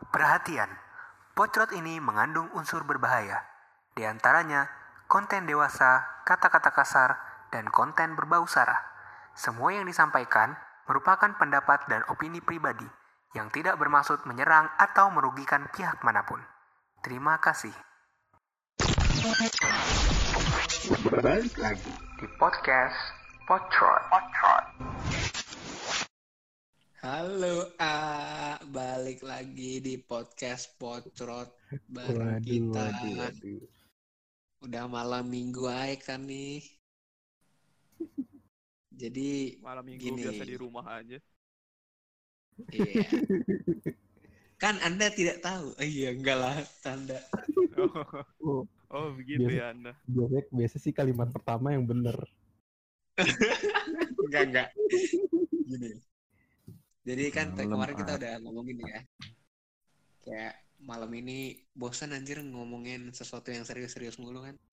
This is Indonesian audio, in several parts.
Perhatian, Pocrot ini mengandung unsur berbahaya. Di antaranya, konten dewasa, kata-kata kasar, dan konten berbau sara. Semua yang disampaikan merupakan pendapat dan opini pribadi yang tidak bermaksud menyerang atau merugikan pihak manapun. Terima kasih. Balik lagi di podcast Pocrot. Halo balik lagi di podcast Pocrot bareng kita. Waduh. Udah malam minggu aja kan nih. Jadi malam minggu gini. Biasa di rumah aja. Iya. Kan Anda tidak tahu. Iya, enggak lah, tanda. Oh begitu biasa, ya Anda. Biasa sih kalimat pertama yang bener. Enggak. Gini. Jadi kan kemarin kita udah ngomongin ya. Kayak malam ini bosan anjir ngomongin sesuatu yang serius-serius mulu kan.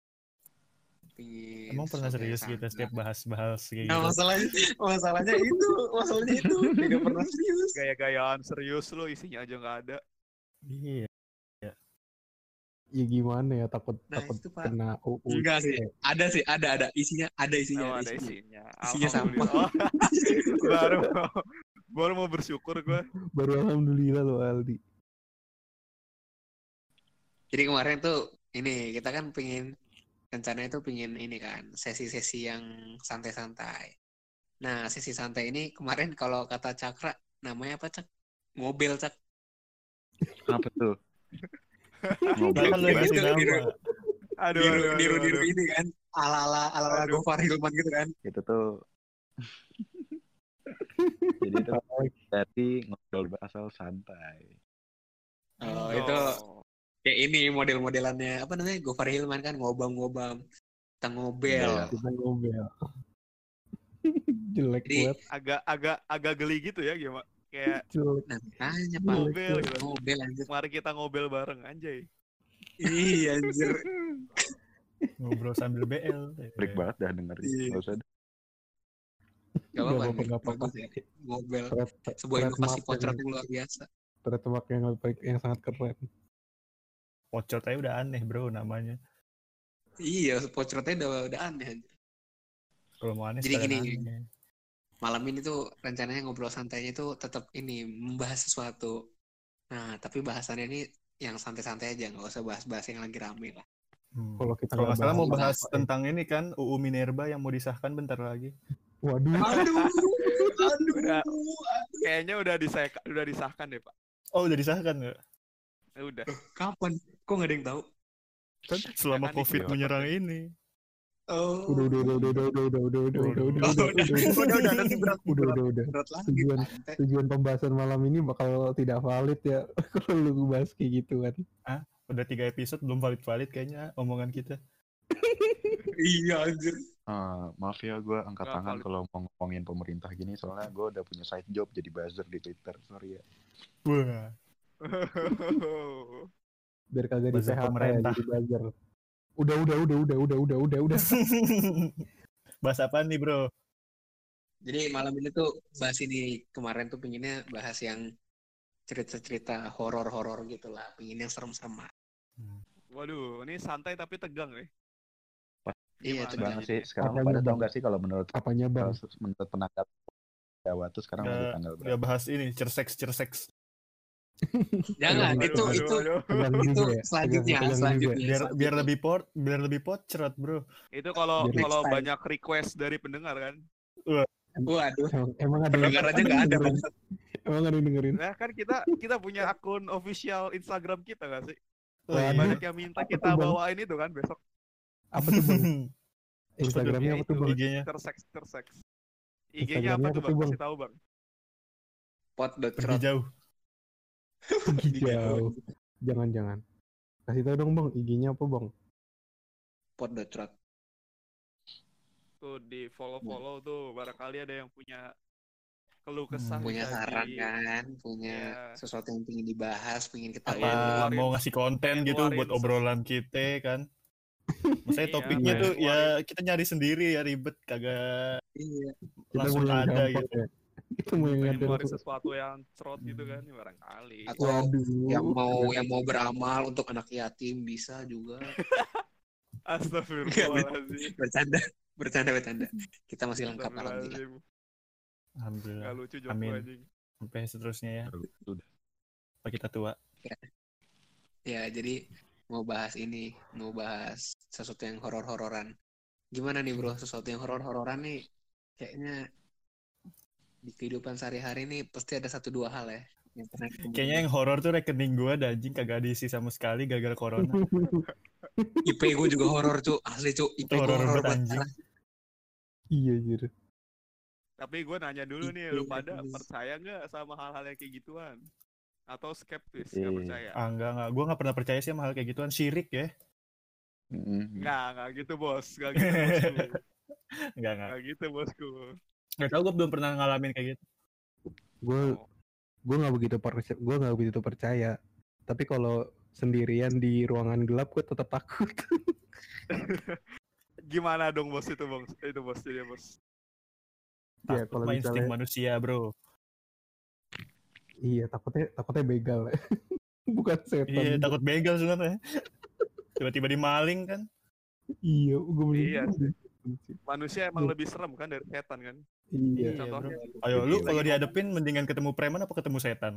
Emang pernah serius kita setiap bahas-bahas kayak nah, gitu? masalahnya itu tidak pernah serius. Gaya-gayaan serius lo, isinya aja nggak ada. Iya. Ya gimana ya, takut itu, Pak. kena UU. Enggak sih, ada isinya. Isinya. Isinya sampah. baru mau bersyukur gue. Baru alhamdulillah lo Aldi. Jadi kemarin tuh ini kita kan rencananya tuh pengen ini kan sesi-sesi yang santai-santai. Nah sesi santai ini kemarin kalau kata Cakra namanya apa Cak? Ngobel Cak. Apa tuh? Bahkan lu yang kasih nama. Diru ini kan ala Gofar Hilman gitu kan. Itu tuh. Jadi itu dari ngobrol asal santai. Oh itu kayak ini model-modelannya apa namanya Gofar Hilman kan ngobam kita ngobel. Kita ngobel. Jelek Jadi, banget. agak geli gitu ya gimana? Kayak nah makanya Pak ngobel anjir. Mari kita ngobel bareng anjay. Iya anjir. Ngobrol sambil BL. Break banget dah dengerin. Enggak usah. Gak apa-apa. Nggak Ya. Ngobel. Thread- Sebuah thread inovasi mark Pocrot yang- yang luar biasa. Trademark yang sangat keren. Pocrot aja udah aneh bro namanya. Iya, Pocrotnya udah aneh anjir. Kalau mau aneh Jadi sekalian gini. aneh. Malam ini tuh rencananya ngobrol santainya tuh tetap ini membahas sesuatu. Nah, tapi bahasannya ini yang santai-santai aja, nggak usah bahas-bahas yang lagi rame lah. Kalau kita Kalau nggak salah mau bahas apa, tentang ini kan UU Minerba yang mau disahkan bentar lagi. Waduh. Aduh. Kayaknya udah disahkan deh Pak. Oh udah disahkan nggak? Udah. Kapan? Kok nggak ada yang tahu? Kan selama Kan COVID itu. menyerang ini. Oh. Udah. Nanti berat lagi. Tujuan Santai. tujuan pembahasan malam ini bakal tidak valid ya kalau lu bahas kayak gitu kan. Udah 3 episode belum valid kayaknya omongan kita. Iya anjir. Maaf ya, gue angkat Nggak tangan valid. kalau mau ngomongin pemerintah gini, soalnya gue udah punya side job jadi buzzer di Twitter. Sorry ya. Wah. Biar kagak di Buzzer PHK ya pemerintah. jadi buzzer. Udah. Bahas apa nih bro? Jadi malam ini tuh bahas ini kemarin tuh pengennya bahas yang cerita-cerita horor gitu lah, pengen yang serem-serem. Waduh, ini santai tapi tegang nih. Iya, Gimana? tegang. Sekarang sih, sekarang Apanya, pada tau Bang? nggak sih kalau menurut Apanya bang? tenaga Jawa tuh sekarang lagi tanggal berapa? Udah bahas ini cerseks. Jangan, Aduh, itu Tegang itu juga ya? selanjutnya. Tegang juga. Biar lebih pocrot bro. Itu kalau Next time. banyak request dari pendengar kan. Waduh, Emang ada pendengar aja nggak ada bang. Emang ada yang dengerin? Nah kan kita punya akun official Instagram kita nggak sih? Waduh. Banyak yang minta Apa kita tuh, Bang? bawain itu kan besok. Apa tuh bang? Instagramnya apa tuh bang? IG-nya? Terseks. IG-nya Instagramnya apa apa tuh tuh, bang? Bang? Kasih tahu bang. Pergi Pot.crot. jauh. Pergi jauh. Jangan. Kasih tahu dong bang, IG-nya apa bang? Pot.crot. Tuh di follow tuh barangkali ada yang punya keluh kesah. Punya bisa saran di- kan, punya Iya. sesuatu yang pengen dibahas, pengen kita Apa Keluarin. mau ngasih konten gitu Keluarin. buat obrolan kita kan? Maksudnya Iya, topiknya tuh keluarin. ya kita nyari sendiri ya ribet kagak Iya. Kita langsung mulai ada gampang gitu. ya. Itu mau yang pengen ada. ngeluarin sesuatu yang cerot gitu kan, ya barangkali. Atau Waduh. yang mau beramal untuk anak yatim bisa juga. Astagfirullahaladzim. Bercanda, bercanda. Kita masih lengkap, alhamdulillah. Astagfirullahaladzim. Alhamdulillah. Gak lucu jokmu Amin. anjing. Sampai seterusnya ya. Sudah. Apa kita tua? Ya, jadi mau bahas sesuatu yang horor-hororan. Gimana nih bro, sesuatu yang horor-hororan nih, kayaknya di kehidupan sehari-hari nih pasti ada 1-2 hal ya yang pernah ketemu. Kayaknya yang horor tuh rekening gue ada anjing kagak diisi sama sekali gara-gara corona. IP gue juga horor cu, asli cu, IP Itu gue horor horor banget banget. anjing. Iya jir. Tapi gue nanya dulu nih, lu Iya, pada iya. percaya nggak sama hal-hal yang kayak gituan? Atau skeptis, nggak Eh. percaya? Enggak. Gue nggak pernah percaya sih sama hal kayak gituan. Syirik ya. Nggak gitu bos, nggak gitu bosku. Enggak. Nggak gitu bosku. Nggak tahu, gue belum pernah ngalamin kayak gitu. Gue Oh. gue nggak begitu percaya. Tapi kalau sendirian di ruangan gelap gue tetap takut. Gimana dong bos itu bos? Itu bos dia bos. Ya Takut kalau mah insting misalnya manusia bro. iya takutnya begal. Bukan setan. Iya, takut begal sebenarnya. Tiba-tiba dimaling kan. Iya, gue Iya sih. Manusia emang lebih serem kan dari setan kan? Iya. Iya, Contohnya. Ayo lu Lagi kalau ngomong. dihadepin mendingan ketemu preman apa ketemu setan?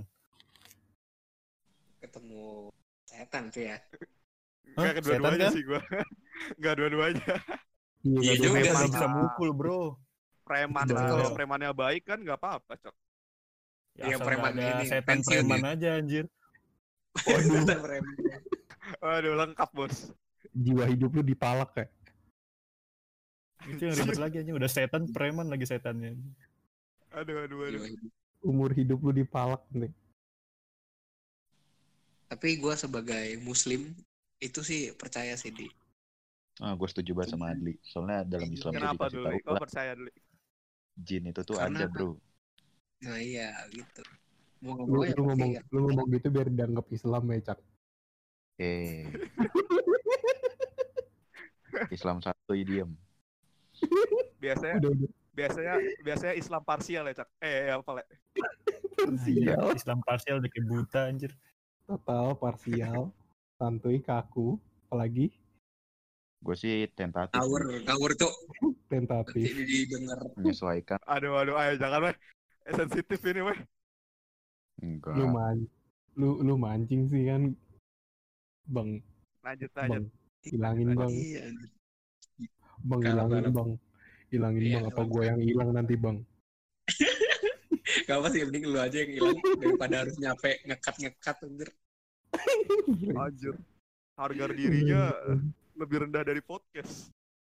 Ketemu setan tuh ya. Hah? Nggak kedua-duanya Setan kan? sih gue. Nggak dua-duanya. Iya nggak juga ada- Preman sih. bisa mukul bro. Preman Iya. lah, kalau premannya baik kan nggak apa-apa cok. Iya, Asal preman nggak ada ini, setan pensiun preman aja anjir. Setan preman. Waduh lengkap bos. Jiwa hidup lu dipalak ya. Itu yang ribet lagi anjing, udah setan preman lagi setannya. Aduh. Umur hidup lu dipalak nih. Tapi gue sebagai muslim itu sih percaya sih di. Gue setuju banget sama Adli. Soalnya dalam Islam tuh Kenapa dikasih dulu? tahu Kau lah, percaya dulu? jin itu tuh Karena- ada bro. Nah iya gitu. Mau Lu, ngomong ya lu ngomong pasti lu ngomong gitu biar dianggap Islam ya, Cak. Islam satu diem. Biasanya Udah. biasanya Islam parsial ya cak. Apa le? Parsial, Islam parsial udah kayak buta anjir. total, parsial, santuy, kaku, apalagi Gue sih tentatif ngawur tuh tentatif. nanti didengar. menyesuaikan. Aduh, ayo jangan weh. Sensitif ini weh. Enggak. Lu mancing sih kan, Bang. Lanjut. Bang, hilangin Bang. Iya. Bang, Kalau hilangin balap. Bang. Hilangin Iya, Bang, apa gua yang hilang nanti Bang? Gak apa sih, mending lu aja yang hilang daripada harus nyampe ngekat anjir. Anjir. Harga dirinya lebih rendah dari podcast.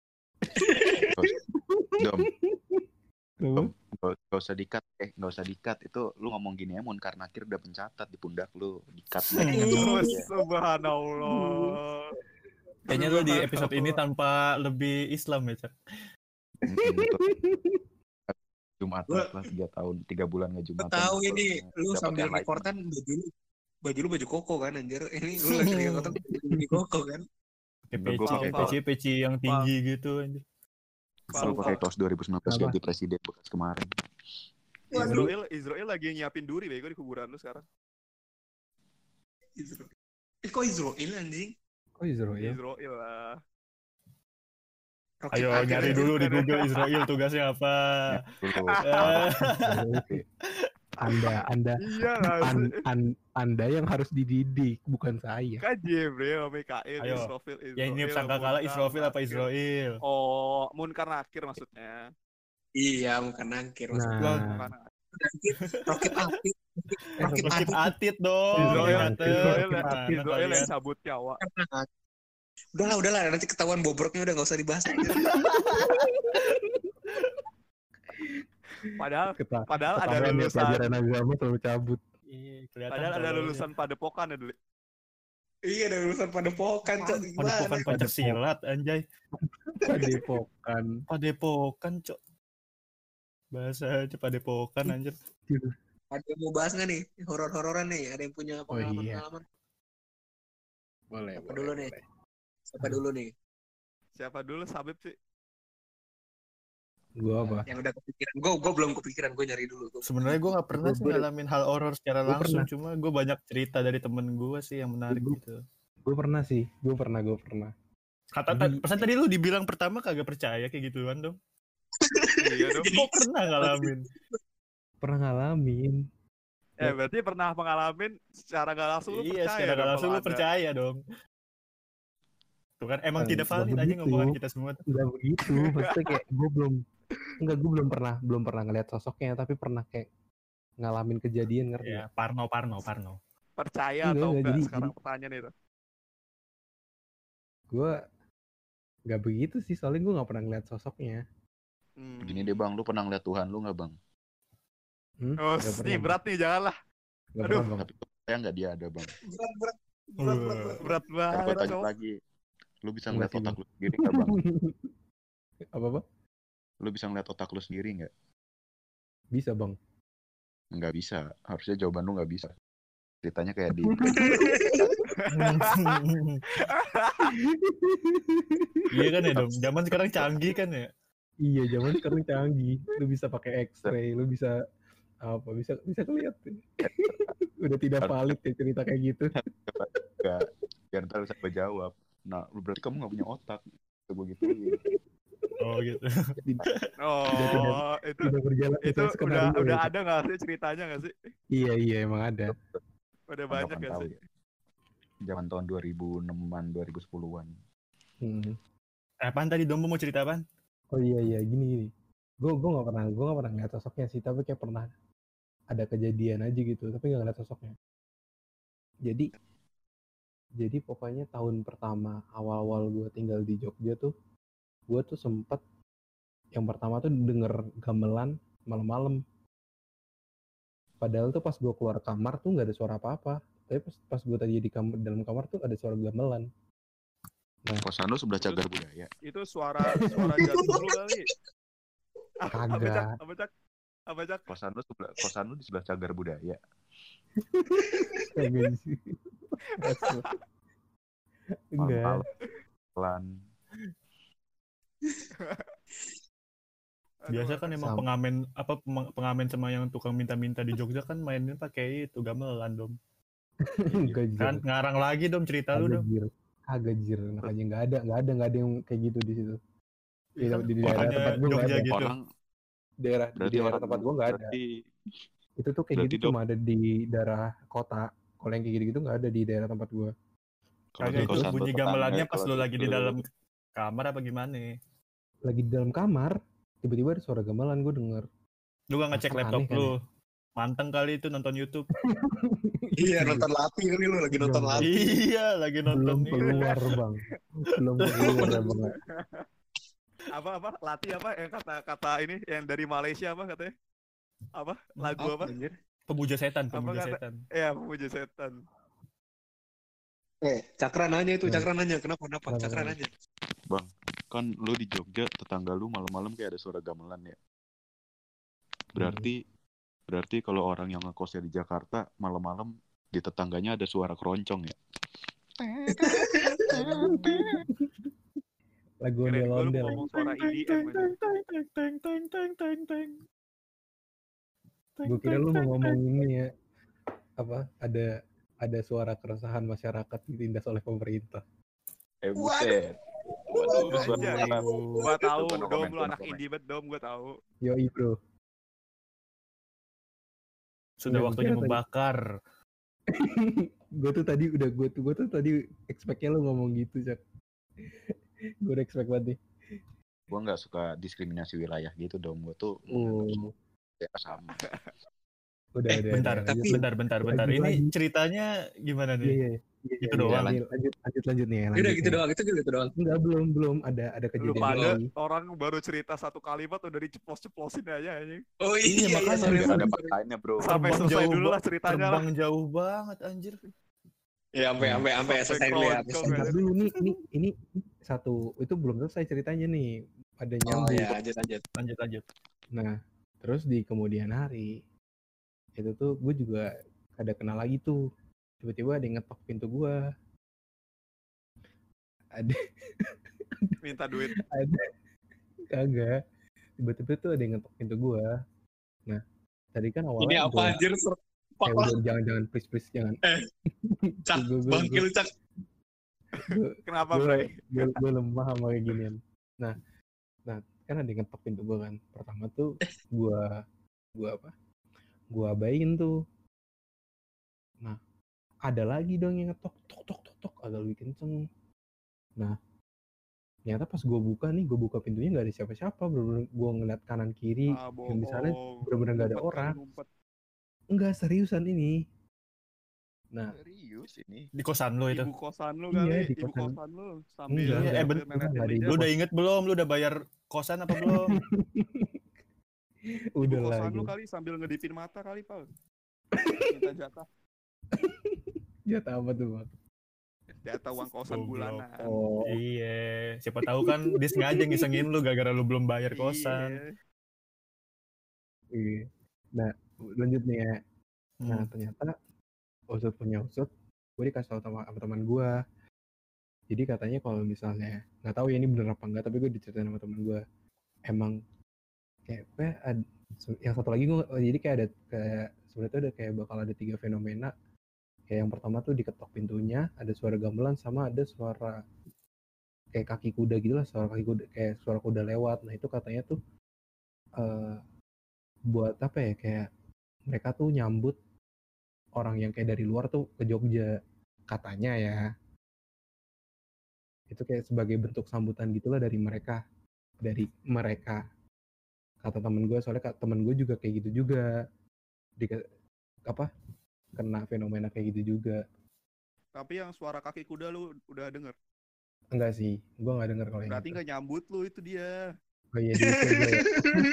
Dom, Kenapa? nggak usah dikat. Itu lu ngomong gini ya, Munkar Nakir udah pencatat di pundak lu, dikat. Subhanallah. Kayaknya lu di episode ini tanpa lebih Islam ya, Cak. Jumat Gua- lah 3 bulan nggak Lu Jumatan. tahu ini, lu Dapat sambil enlightenment. record kan baju lu baju koko kan anjir. Ini lu lagi record baju koko kan. Kayak Enggak, gua pakai peci yang tinggi gitu anjir. Lu pakai kaos 2019 Kenapa? ganti presiden bekas kemarin. Israel lagi nyiapin duri bego di kuburan lu sekarang. Kok Israel anjing? Oh Israel. Israel lah. Rocket Ayo Akhirnya nyari tuh dulu di Google Israel tugasnya apa. Dulu. Anda Iya lah. Anda yang harus dididik, bukan saya. Kan Jibril, Mikail, Ayo, Israfil, Yang ini sangka kalah Israfil apa Israel? Oh, Munkar Nakir maksudnya. Iya, bukan nangkir maksudnya. Nah, Rocket Akhir. Rocket Rocket Akhir. Atit dong. Israel, Ingatnya. Israel Gimana yang kalian? cabut nyawa. Udahlah, nanti ketahuan bobroknya udah nggak usah dibahas. Padahal ada ketahuan ya, lulusan, pelajaran agama selalu cabut. Iya, kelihatan padahal ada tololnya. lulusan Padepokan ya dulu. Iya, ada lulusan Padepokan, Cok. Padepokan Gimana? Pancasilat anjay. Padepokan. Padepokan, Cok. Bahasa aja Padepokan anjir. Ada yang mau bahas nggak nih? Horor-hororan nih. Ada yang punya Oh, iya. pengalaman-pengalaman? Boleh. Siapa dulu nih? Siapa dulu nih? Siapa dulu Sabib sih? Gua apa? Yang udah kepikiran. Gue belum kepikiran, gue nyari dulu. Sebenarnya gue nggak pernah sih Gua- ngalamin hal horor secara gua langsung, pernah. cuma gue banyak cerita dari temen gue sih yang menarik Gua- gitu. Gue pernah sih, gue pernah. Jadi- Pesan tadi lu dibilang pertama kagak percaya kayak gituan dong. Iya dong. Kok pernah ngalamin? Pernah ngalamin. Berarti pernah mengalami secara nggak langsung lu Iya, percaya secara dong nggak langsung kalau lu ada. percaya dong. Tuh kan emang tidak Nggak valid aja begitu. ngomongan kita semua. Nggak begitu, maksudnya kayak gue belum pernah ngeliat sosoknya, tapi pernah kayak ngalamin kejadian, ngerti Ya, nggak? Parno. Percaya Enggak, atau enggak. enggak Jadi- sekarang pertanyaan itu. Gue nggak begitu sih, soalnya gue nggak pernah ngeliat sosoknya. Gini deh bang, lu pernah ngeliat Tuhan lu nggak bang? Oh, Nggak ini pernah, berat nih, janganlah. nggak aduh. pernah, Bang. Tapi lu percaya nggak dia ada bang? Berat Kan gue banget, tanya cowok. lagi, lu bisa Enggak ngeliat sih, otak Bang. lu sendiri nggak bang? Apa? Lu bisa ngeliat otak lu sendiri nggak? Bisa, Bang. Nggak bisa. Harusnya jawaban lu nggak bisa. Ceritanya kayak di Iya kan ya dong. Zaman sekarang canggih kan ya. Iya, zaman sekarang canggih. Lu bisa pakai X-ray, lu bisa bisa kelihat. Udah tidak valid ya cerita kayak gitu. nggak biar ntar bisa jawab. Nah, lu berarti kamu nggak punya otak. Begitu. Oh gitu. Oh, itu Tidak berjalan itu sesuai skenario udah ya. ada nggak sih ceritanya nggak sih? Iya, emang ada. Udah banyak nggak sih? Zaman tahun 2006-an, 2010-an. Apaan tadi Dombo mau cerita apaan? Oh iya, gini. Gue nggak pernah ngeliat sosoknya sih, tapi kayak pernah ada kejadian aja gitu, tapi nggak ngeliat sosoknya. Jadi pokoknya tahun pertama awal-awal gue tinggal di Jogja tuh, gue tuh sempet yang pertama tuh denger gamelan malam-malam. Padahal tuh pas gue keluar kamar tuh nggak ada suara apa-apa. Tapi pas gue tadi di dalam kamar tuh ada suara gamelan. Kosan lu sebelah cagar budaya. Itu suara jantung lu kali. Kagak. Apa cak? Kosan lu di sebelah cagar budaya. Kagak sih. Enggak. Pelan. Biasa kan emang pengamen sama yang tukang minta-minta di Jogja kan mainnya pakai itu gamelan Dom. Enggak jir. Kan ngarang lagi Dom cerita lu Dom. Agak jir, makanya nggak ada yang kayak gitu di situ. Di Kan daerah makanya tempat gue nggak Jogja ada. gitu. Orang Di daerah tempat gue nggak ada. Itu tuh kayak berarti gitu cuma ada di daerah kota. Kalau yang kayak gitu nggak ada di daerah tempat gue. kalau Kagak di itu kosan bunyi lu gamelannya tetangga, pas kalau lu lagi di lu- dalam kamar apa gimana? Lagi di dalam kamar, tiba-tiba ada suara gamelan gue denger. Lu gak ngecek Kan laptop aneh kan lu. Manteng kali itu nonton YouTube. Iya, nonton Lati kali lu lagi nonton Belum. Lati. Iya, lagi nonton Belum ini. keluar bang. Belum keluar ya bang. Apa? Lati apa? Yang kata ini yang dari Malaysia apa katanya? Apa? Lagu apa? Anjir? Pemuja setan, Apa pemuja kata- setan. Iya, pemuja setan. Cakra nanya itu, Hmm. Cakra nanya. Kenapa? Kenapa? Cakra nanya. kan lu di Jogja, tetangga lu malam-malam kayak ada suara gamelan ya. Berarti kalau orang yang ngekosnya di Jakarta malam-malam di tetangganya ada suara keroncong ya. Lagu Kirain gua lu ondel-ondel. ngomong suara EDM aja. Gue kira lu mau ngomong ini ya. Apa? Ada suara keresahan masyarakat ditindas oleh pemerintah. Buset. Waduh, itu suara Anjay. keras. Gua tahu, Itu no Dom comment, lu no anak comment. indie banget, Dom, gua tahu. Yoi bro. Sudah Enggak, waktunya gua kira membakar. gue tuh tadi expect-nya lu ngomong gitu Cak. Gue udah expect banget nih. Gua nggak suka diskriminasi wilayah gitu dong. Gua tuh Oh, ya sama. udah. Bentar, Tapi- bentar. Lanjut, Ini lanjut. ceritanya gimana nih? Iya. Gitu doang. Nih, lanjut nih. Udah gitu doang, itu gitu doang. Enggak, belum ada Lu kejadian pada lagi. orang baru cerita satu kalimat udah diceplos-ceplosin aja anjing. Oh Iya, iya, makanya sorry, Nggak ada sorry. paksanya bro. Sampai Terbang selesai jauh dulu lah ceritanya lah. Terbang jauh banget anjir. Ya, sampai Sampai selesai dulu ya. keroncong, Bentar dulu nih, ini satu itu belum selesai ceritanya nih. Ada Oh nyambung. ya, lanjut. Lanjut. Nah, terus di kemudian hari itu tuh gue juga ada kenal lagi tuh. Tiba-tiba ada yang ngetok pintu gue. Ada Minta duit. kagak. tiba-tiba tuh ada yang ngetok pintu gue. Nah, tadi kan Ini awalnya apa anjir? Pak lah. udah jangan please jangan. Cak, bangkil Cak. Kenapa, Bray? Gue lemah sama kayak ginian. Nah, kan ada yang ngetok pintu gue kan. Pertama tuh gue abain tuh. Nah, ada lagi dong yang ngetok tok agak lebih kenceng. Nah, ternyata pas gue buka pintunya nggak ada siapa-siapa. Bener-bener gue ngeliat kanan kiri, yang di sana bener-bener nggak ada orang. Enggak, seriusan ini. Nah, Serius ini. Di kosan lu itu. Ibu kosan lu Iya, kali, di ibu kosan. kosan lu sambil Enggak, bener. nggak ada Lu udah inget belum? Lu udah bayar kosan apa belum? Udah ibu lah kosan lu gitu. kali sambil ngedipin mata kali, Pal. Minta jatah. Jatah apa tuh, Bang? Jatah uang kosan Goblok. bulanan. Oh, Iya, siapa tahu kan dia sengaja ngisengin lu gara-gara lu belum bayar kosan. iya. Nah, lanjut nih ya. Nah, Hmm. ternyata usut punya usut, gue dikasih tahu sama teman gue. Jadi katanya kalau misalnya, nggak tahu ya ini bener apa enggak, tapi gue diceritain sama teman gue. Emang kayak yang satu lagi gue, jadi kayak sebenarnya tuh ada kayak bakal ada 3 fenomena. Kayak yang pertama tuh diketok pintunya, ada suara gamelan, sama ada suara kayak kaki kuda gitu lah, suara kaki kuda, kayak suara kuda lewat. Nah itu katanya tuh buat apa ya, kayak mereka tuh nyambut orang yang kayak dari luar tuh ke Jogja, katanya ya. Itu kayak sebagai bentuk sambutan gitulah dari mereka. Kata temen gue, soalnya temen gue juga kayak gitu juga. Kena fenomena kayak gitu juga. Tapi yang suara kaki kuda lu udah denger? Enggak sih, gue nggak denger kalau yang Berarti itu. nggak nyambut lu itu dia. Oh iya, diusir gue ya.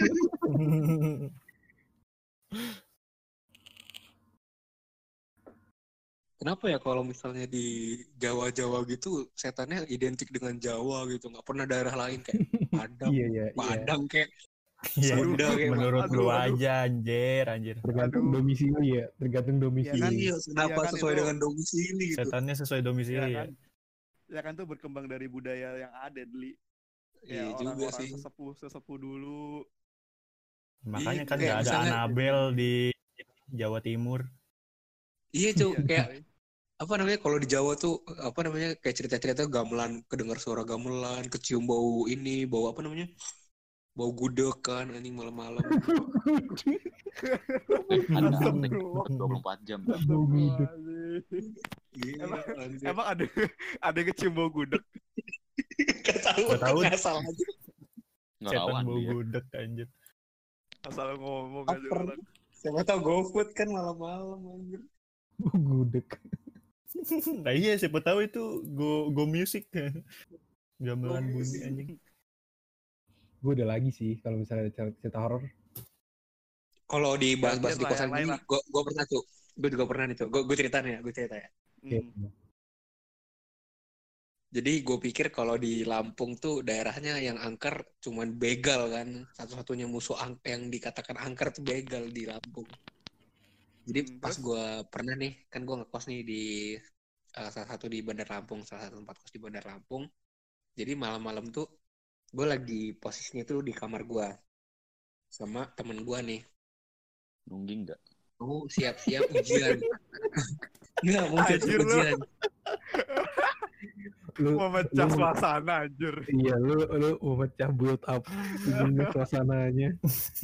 Kenapa ya kalau misalnya di Jawa-Jawa gitu setannya identik dengan Jawa gitu, nggak pernah daerah lain kayak Padang, Iya. Padang kayak Iya, Sunda kayak menurut lu aduh. aja anjir. Tergantung domisili ya, tergantung domisili. kan, iya, kenapa iya kan sesuai itu- dengan domisili gitu. Setannya sesuai Ya domisili ya. kan? Ya kan tuh berkembang dari budaya yang ada dulu. Iya Ya juga orang-orang sih. sesepuh dulu. Makanya Iya, kan kayak nggak ada misalnya- Anabel di Jawa Timur. Iya cuy, Iya, kayak coy. apa namanya kalau di Jawa tuh apa namanya kayak cerita-cerita gamelan, kedengar suara gamelan, kecium bau ini, bau apa namanya? Bau gudeg kan anjing malam-malam. Ada Astagfirullah. 24 jam. Astagfirullahaladzim. Iya, anjir. Emang ada yang kecium bau gudeg? Gak tahu, Gak tahu. nggak salah aja. Nggak Setan rawan bau dia. gudeg anjir. Asal ngomong aja Aper. orang. Siapa tahu GoFood kan malam-malam anjir. Gudeg. Nah iya, siapa tahu itu go music. Gamelan Go bunyi music. anjing. Gue udah lagi sih kalau misalnya ada cerita horor. Kalau dibahas-bahas di Lanjut lah, kosan yang lain gini, lah. gue pernah tuh. Gue juga pernah nih tuh. Gue cerita ya. Hmm. Jadi gue pikir kalau di Lampung tuh daerahnya yang angker cuman begal kan. Satu-satunya musuh yang dikatakan angker tuh begal di Lampung. Jadi pas Terus? gue pernah nih, kan gue ngekos nih di salah satu di Bandar Lampung, salah satu tempat kos di Bandar Lampung. Jadi malam-malam tuh gue lagi posisinya tuh di kamar gue sama temen gue nih. Nungging nggak? Mau siap-siap ujian. Nggak, mau siap-siap Anjir lu. ujian. Lu Memecah lu- suasana anjir. Iya, lu memecah build up ini suasananya.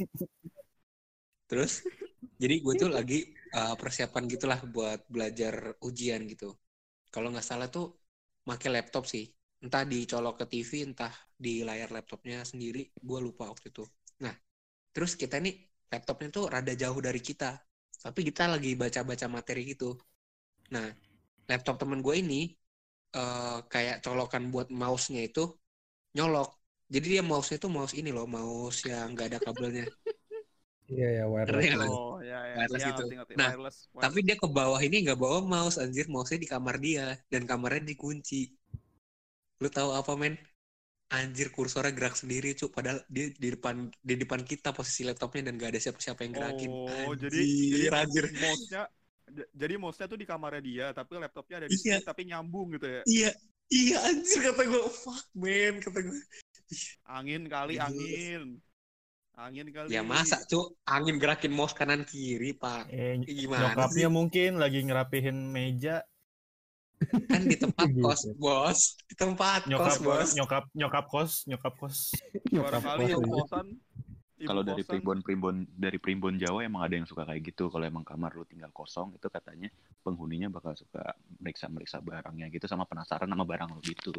Terus, jadi gue tuh lagi persiapan gitulah buat belajar ujian gitu. Kalau nggak salah tuh pakai laptop sih. Entah dicolok ke TV, entah di layar laptopnya sendiri. Gue lupa waktu itu. Nah, terus kita nih laptopnya tuh rada jauh dari kita. Tapi kita lagi baca-baca materi gitu. Nah, laptop temen gue ini kayak colokan buat mouse-nya itu nyolok. Jadi dia mouse-nya tuh mouse ini loh, mouse yang nggak ada kabelnya. Iya ya, wireless. Keren. Oh, ya. Wireless Ya, itu. ngerti. Nah, Wireless. Tapi dia ke bawah ini nggak bawa mouse, anjir. Mouse-nya di kamar dia. Dan kamarnya dikunci. Lu tahu apa, men? Anjir, kursornya gerak sendiri, Cuk. Padahal dia di depan kita posisi laptopnya dan nggak ada siapa-siapa yang gerakin. Oh, Anjir. jadi mouse-nya tuh di kamarnya dia, tapi laptopnya ada di Iya. sini tapi nyambung gitu ya. Iya, anjir, kata gue. Fuck, man, kata gue. Angin kali, Iya. angin. Angin kali. Ya masa cuk angin gerakin mouse kanan kiri pak. Gimana Nyokapnya sih? mungkin lagi ngerapihin meja. Kan di tempat Gitu. kos bos. Di tempat kos bos. Nyokap kos. Barangkali Nyokap ibu kos kosan. Ibu Kalau dari kosan. primbon Jawa emang ada yang suka kayak gitu. Kalau emang kamar lu tinggal kosong itu katanya penghuninya bakal suka meriksa barangnya gitu sama penasaran sama barang lu gitu.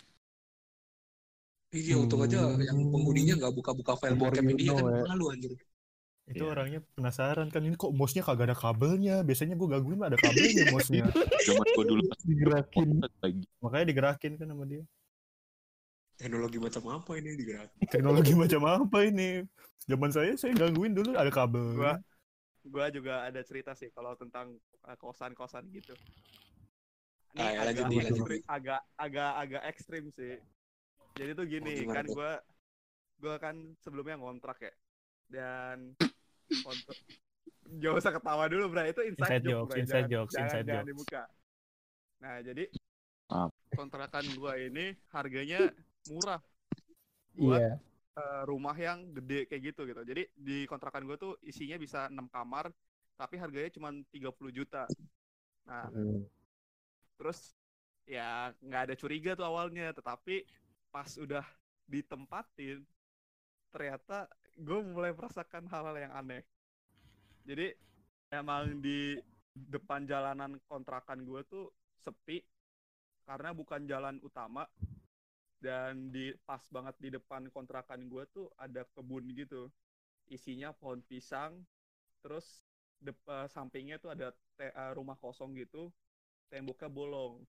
Iya untung aja yang penghuninya nggak buka-buka file More bokep you dia kan know, ya. malu anjir. Itu Iya. orangnya penasaran kan, ini kok mouse-nya kagak ada kabelnya. Biasanya gue gangguin ada kabelnya mouse-nya. Zaman gua dulu pas digerakin. lagi Makanya digerakin kan sama dia. Teknologi macam apa ini digerak? Teknologi macam apa ini? Zaman saya gangguin dulu ada kabel. Gua juga ada cerita sih kalau tentang kosan-kosan gitu. Ini Ah, ya, lanjut nih, lanjut nih. agak ekstrim sih. Jadi tuh gini, gimana kan tuh? gua kan sebelumnya ngontrak ya. Dan kontrak gak usah ketawa dulu, Bro. Itu inside joke, Bro. inside jokes. Jangan dibuka. Nah, jadi Maaf. kontrakan gua ini harganya murah buat Iya. rumah yang gede kayak gitu. Jadi di kontrakan gue tuh isinya bisa 6 kamar, tapi harganya cuma 30 juta. Nah, terus ya nggak ada curiga tuh awalnya, tetapi pas udah ditempatin, ternyata gue mulai merasakan hal-hal yang aneh. Jadi emang di depan jalanan kontrakan gue tuh sepi, karena bukan jalan utama. Dan pas banget di depan kontrakan gue tuh ada kebun gitu, isinya pohon pisang, terus sampingnya tuh ada rumah kosong gitu, temboknya bolong.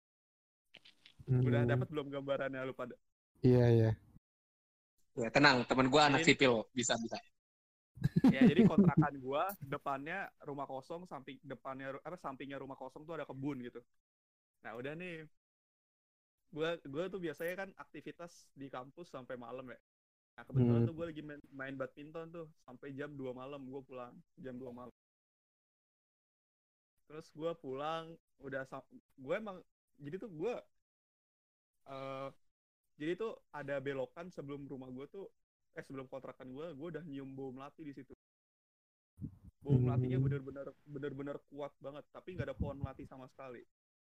Udah dapat belum gambarannya lu pada? Iya. Ya tenang, teman gue anak Ini- sipil bisa. Ya jadi kontrakan gue depannya rumah kosong, sampingnya rumah kosong tuh ada kebun gitu. Nah udah nih, gue tuh biasanya kan aktivitas di kampus sampai malam ya. Nah kebetulan tuh gue lagi main badminton tuh sampai jam 2 malam, gue pulang jam 2 malam. Terus gue pulang gue emang jadi tuh jadi tuh ada belokan sebelum rumah gue tuh sebelum kontrakan gue udah nyium bau melati di situ. Bau melatinya bener-bener kuat banget, tapi nggak ada pohon melati sama sekali.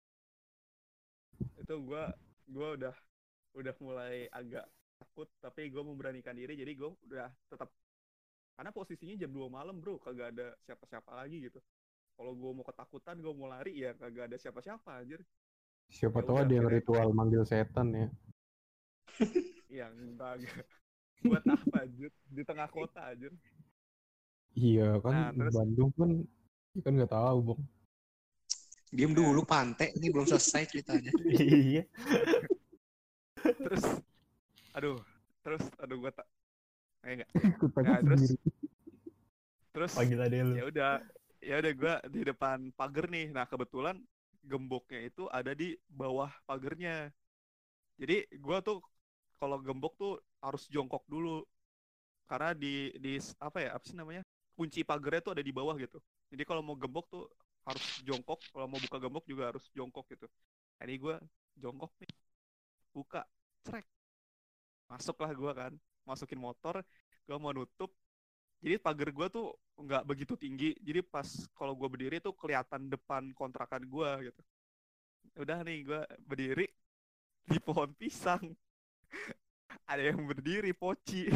Itu gue udah mulai agak takut, tapi gue memberanikan diri, jadi gue udah tetap, karena posisinya jam 2 malam bro, kagak ada siapa-siapa lagi gitu. Kalau gue mau ketakutan, gue mau lari, ya kagak ada siapa-siapa anjir. Siapa Ya tahu udah, ada yang akhirnya- ritual manggil setan ya. Iya, enggak. Buat apa anjir? Di tengah kota anjir. Iya kan Nah, terus- Bandung kan nggak tahu bang. Diam dulu pantai, ini belum selesai ceritanya. Iya. Terus aduh gue tak enggak. Ikut takut Nah, terus- sendiri. Terus Panggil ade lu. ya udah gue di depan pagar nih. Nah, kebetulan gemboknya itu ada di bawah pagernya. Jadi gue tuh kalau gembok tuh harus jongkok dulu. Karena di apa sih namanya? Kunci pagernya tuh ada di bawah gitu. Jadi kalau mau gembok tuh harus jongkok, kalau mau buka gembok juga harus jongkok gitu. Ini gue jongkok nih. Buka, cerek. Masuklah gue kan, masukin motor, gue mau nutup. Jadi pagar gue tuh nggak begitu tinggi, jadi pas kalau gue berdiri tuh kelihatan depan kontrakan gue gitu. Udah nih gue berdiri di pohon pisang. Ada yang berdiri poci.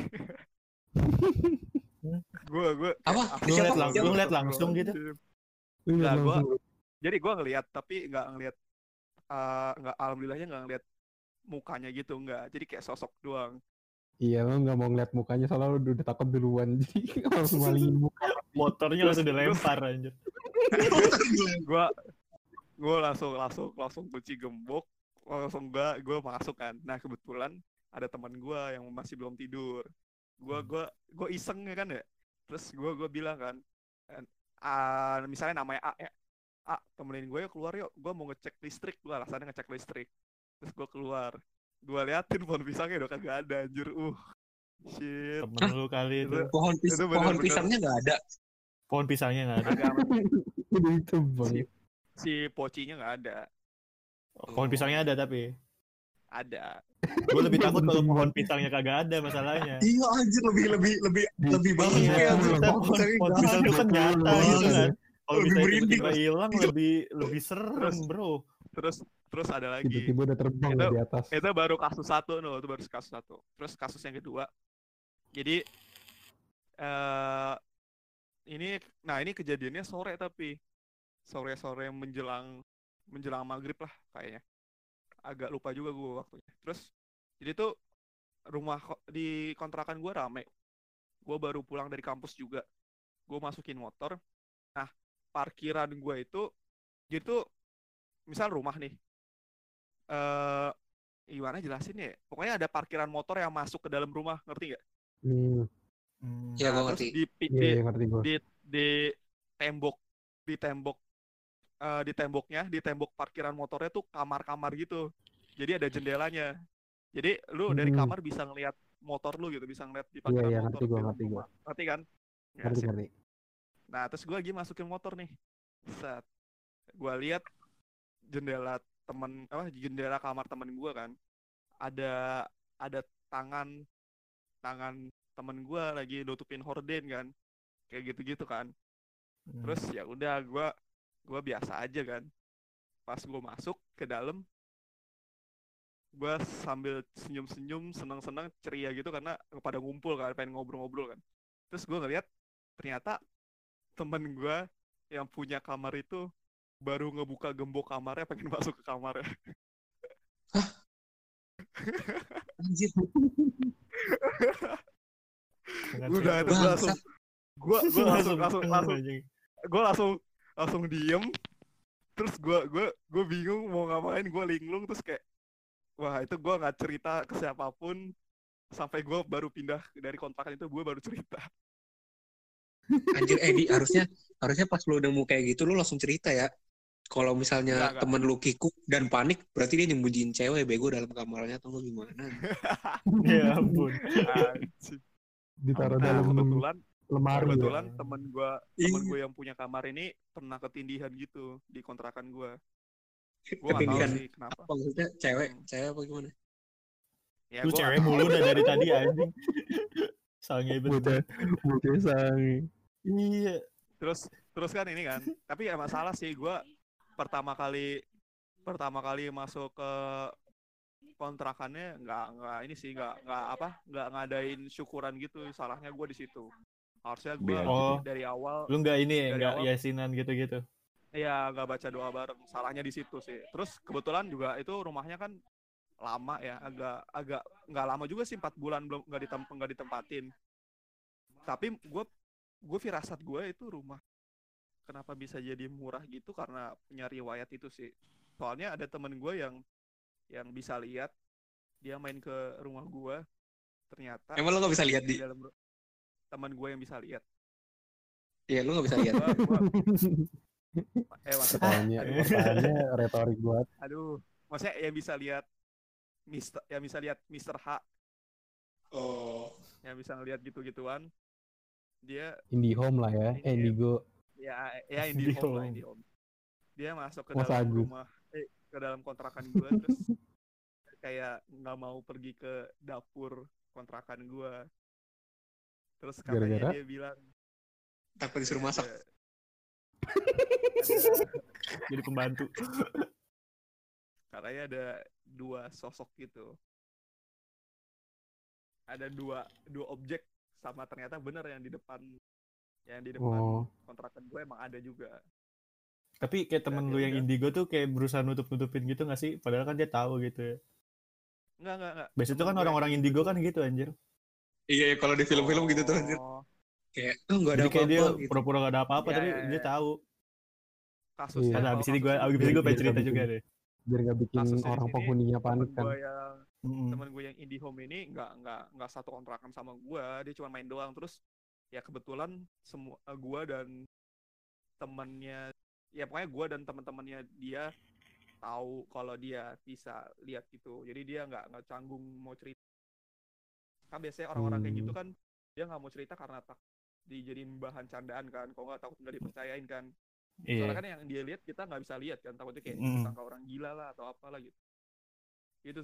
gue Apa? Lu Siapa? ngeliat langsung gitu? Nggak, jadi gue ngeliat, tapi nggak ngeliat, nggak, alhamdulillahnya nggak ngeliat mukanya gitu, nggak. Jadi kayak sosok doang. Iya lo nggak mau ngeliat mukanya soalnya lo udah takut duluan jadi langsung malingin muka. Motornya langsung dilempar anjir. gue langsung kunci gembok, langsung gue masuk kan. Nah kebetulan ada teman gue yang masih belum tidur. Gue iseng ya kan ya. Terus gue bilang kan, misalnya namanya A ya, A temenin gue ya keluar yuk, gue mau ngecek listrik. Gue alasannya ngecek listrik. Terus gue keluar, gue liatin pohon pisangnya udah kagak ada anjir. Shit. Temen lu kali itu. Pohon Itu bener-bener- pisangnya nggak ada. Pohon pisangnya nggak ada. Agak Udah itu bang. si pocinya nggak ada. Pohon pisangnya ada tapi. Ada. Gue lebih takut kalau pohon pisangnya kagak ada masalahnya. Iya anjir lebih banget Iya, kayak maksudnya pohon pisang itu kan nyata gitu kan. Kalau Lebih misalnya merinding. tiba-tiba hilang lebih serem, bro. Terus ada lagi. Tiba-tiba udah terbang Itu- di atas. Itu baru kasus satu, itu baru kasus satu. Terus kasus yang kedua. Jadi ini kejadiannya sore tapi sore menjelang maghrib lah kayaknya. Agak lupa juga gue waktunya. Terus jadi tuh di kontrakan gue rame. Gue baru pulang dari kampus juga. Gue masukin motor. Nah, parkiran gue itu jadi tuh misal rumah nih. Gimana jelasin ya? Pokoknya ada parkiran motor yang masuk ke dalam rumah, ngerti nggak? Iya, gue Terus ngerti. Iya, ngerti gue. di temboknya, di tembok parkiran motornya tuh kamar-kamar gitu. Jadi ada jendelanya. Jadi lu dari kamar bisa ngelihat motor lu gitu, bisa ngeliat di parkiran Iya, motor ngerti gue, di dalam ngerti gue. rumah. Ngerti kan? Ya, Ngerti, sip. ngerti. Nah, terus gue lagi masukin motor nih. Set. Gue lihat jendela kamar temen gue kan. Ada tangan temen gue lagi nutupin horden kan. Kayak gitu-gitu kan. Terus ya udah gue biasa aja kan. Pas gue masuk ke dalam, gue sambil senyum-senyum, senang-senang, ceria gitu karena pada ngumpul kan, pengen ngobrol-ngobrol kan. Terus gue ngeliat ternyata temen gue yang punya kamar itu baru ngebuka gembok kamarnya, pengen masuk ke kamarnya. Anjir. Udah itu gue langsung diem. Terus gue bingung mau ngapain, gue linglung terus kayak wah itu gue nggak cerita ke siapapun sampai gue baru pindah dari kontrakan itu, gue baru cerita. Anjir, Di harusnya pas lu udah mau kayak gitu lu langsung cerita ya. Kalau misalnya Enggak. temen lu kikuk dan panik, berarti dia nyembunyiin cewek bego dalam kamarnya atau gimana? Ya ampun. Ditaruh Nah, dalam lemari. kebetulan Ya. temen gue yang punya kamar ini pernah ketindihan gitu di kontrakan gue. Gue nggak tahu Ketindihan sih kenapa. apa maksudnya? Cewek apa gimana? Ya, Lu gua cewek nggak tahu. mulu dah dari tadi anjing. Sange bener. Bocah sange. Iya. Terus kan ini kan, tapi ya masalah sih gue pertama kali masuk ke kontrakannya nggak ngadain syukuran gitu. Salahnya gue di situ. Harusnya gue Oh. dari awal Lu nggak ini ya, Dari nggak awal- yasinan gitu-gitu. ya nggak baca doa bareng. Salahnya di situ sih. Terus kebetulan juga itu rumahnya kan lama ya, agak nggak lama juga sih, 4 bulan belum nggak ditempatin. Tapi gue firasat gue itu rumah kenapa bisa jadi murah gitu karena punya riwayat itu sih. Soalnya ada temen gue yang bisa lihat, dia main ke rumah gue, ternyata Emang lu nggak bisa lihat di di? dalam teman gue yang bisa lihat. Iya, lu nggak bisa lihat. Pertanyaan retorik buat. Maksudnya yang bisa lihat Mr. H, Oh. yang bisa ngelihat gitu-gituan, dia IndiHome lah ya. Indigo. ya IndiHome lah, IndiHome. Dia masuk ke dalam Agus. rumah, ke dalam kontrakan gue, terus kayak nggak mau pergi ke dapur kontrakan gue. Terus katanya Gara-gara? dia bilang Takut disuruh masak. Jadi pembantu. Katanya ada 2 sosok gitu. Ada dua objek, sama ternyata bener yang di depan kontrakan gue emang ada juga. Tapi kayak temen lu yang indigo tuh kayak berusaha nutup-nutupin gitu gak sih? Padahal kan dia tahu gitu ya. Enggak. Biasanya tuh kan orang-orang indigo kan gitu anjir. Iya, kalau di film-film gitu tuh anjir. Kayak nggak ada Jadi kayak dia apa-apa gitu. pura-pura gak ada apa-apa, Iya, tapi iya, dia iya. tahu. Kasusnya Nah, kalau abis ini gue kasusnya pengen cerita juga deh. Biar nggak bikin Kasusnya di orang sini, penghuninya panik kan. temen gue yang IndiHome ini nggak satu kontrakan sama gue, dia cuma main doang. Terus ya kebetulan semua gue dan temennya, ya pokoknya gue dan teman-temannya dia tahu kalau dia bisa lihat gitu, jadi dia nggak canggung mau cerita. Kan biasanya orang-orang kayak gitu kan dia nggak mau cerita karena takut dijadiin bahan candaan kan, kalau nggak takut nggak dipercayain kan. Soalnya kan yang dia lihat kita nggak bisa lihat kan, takutnya kayak disangka orang gila lah atau apalah gitu. Gitu sih.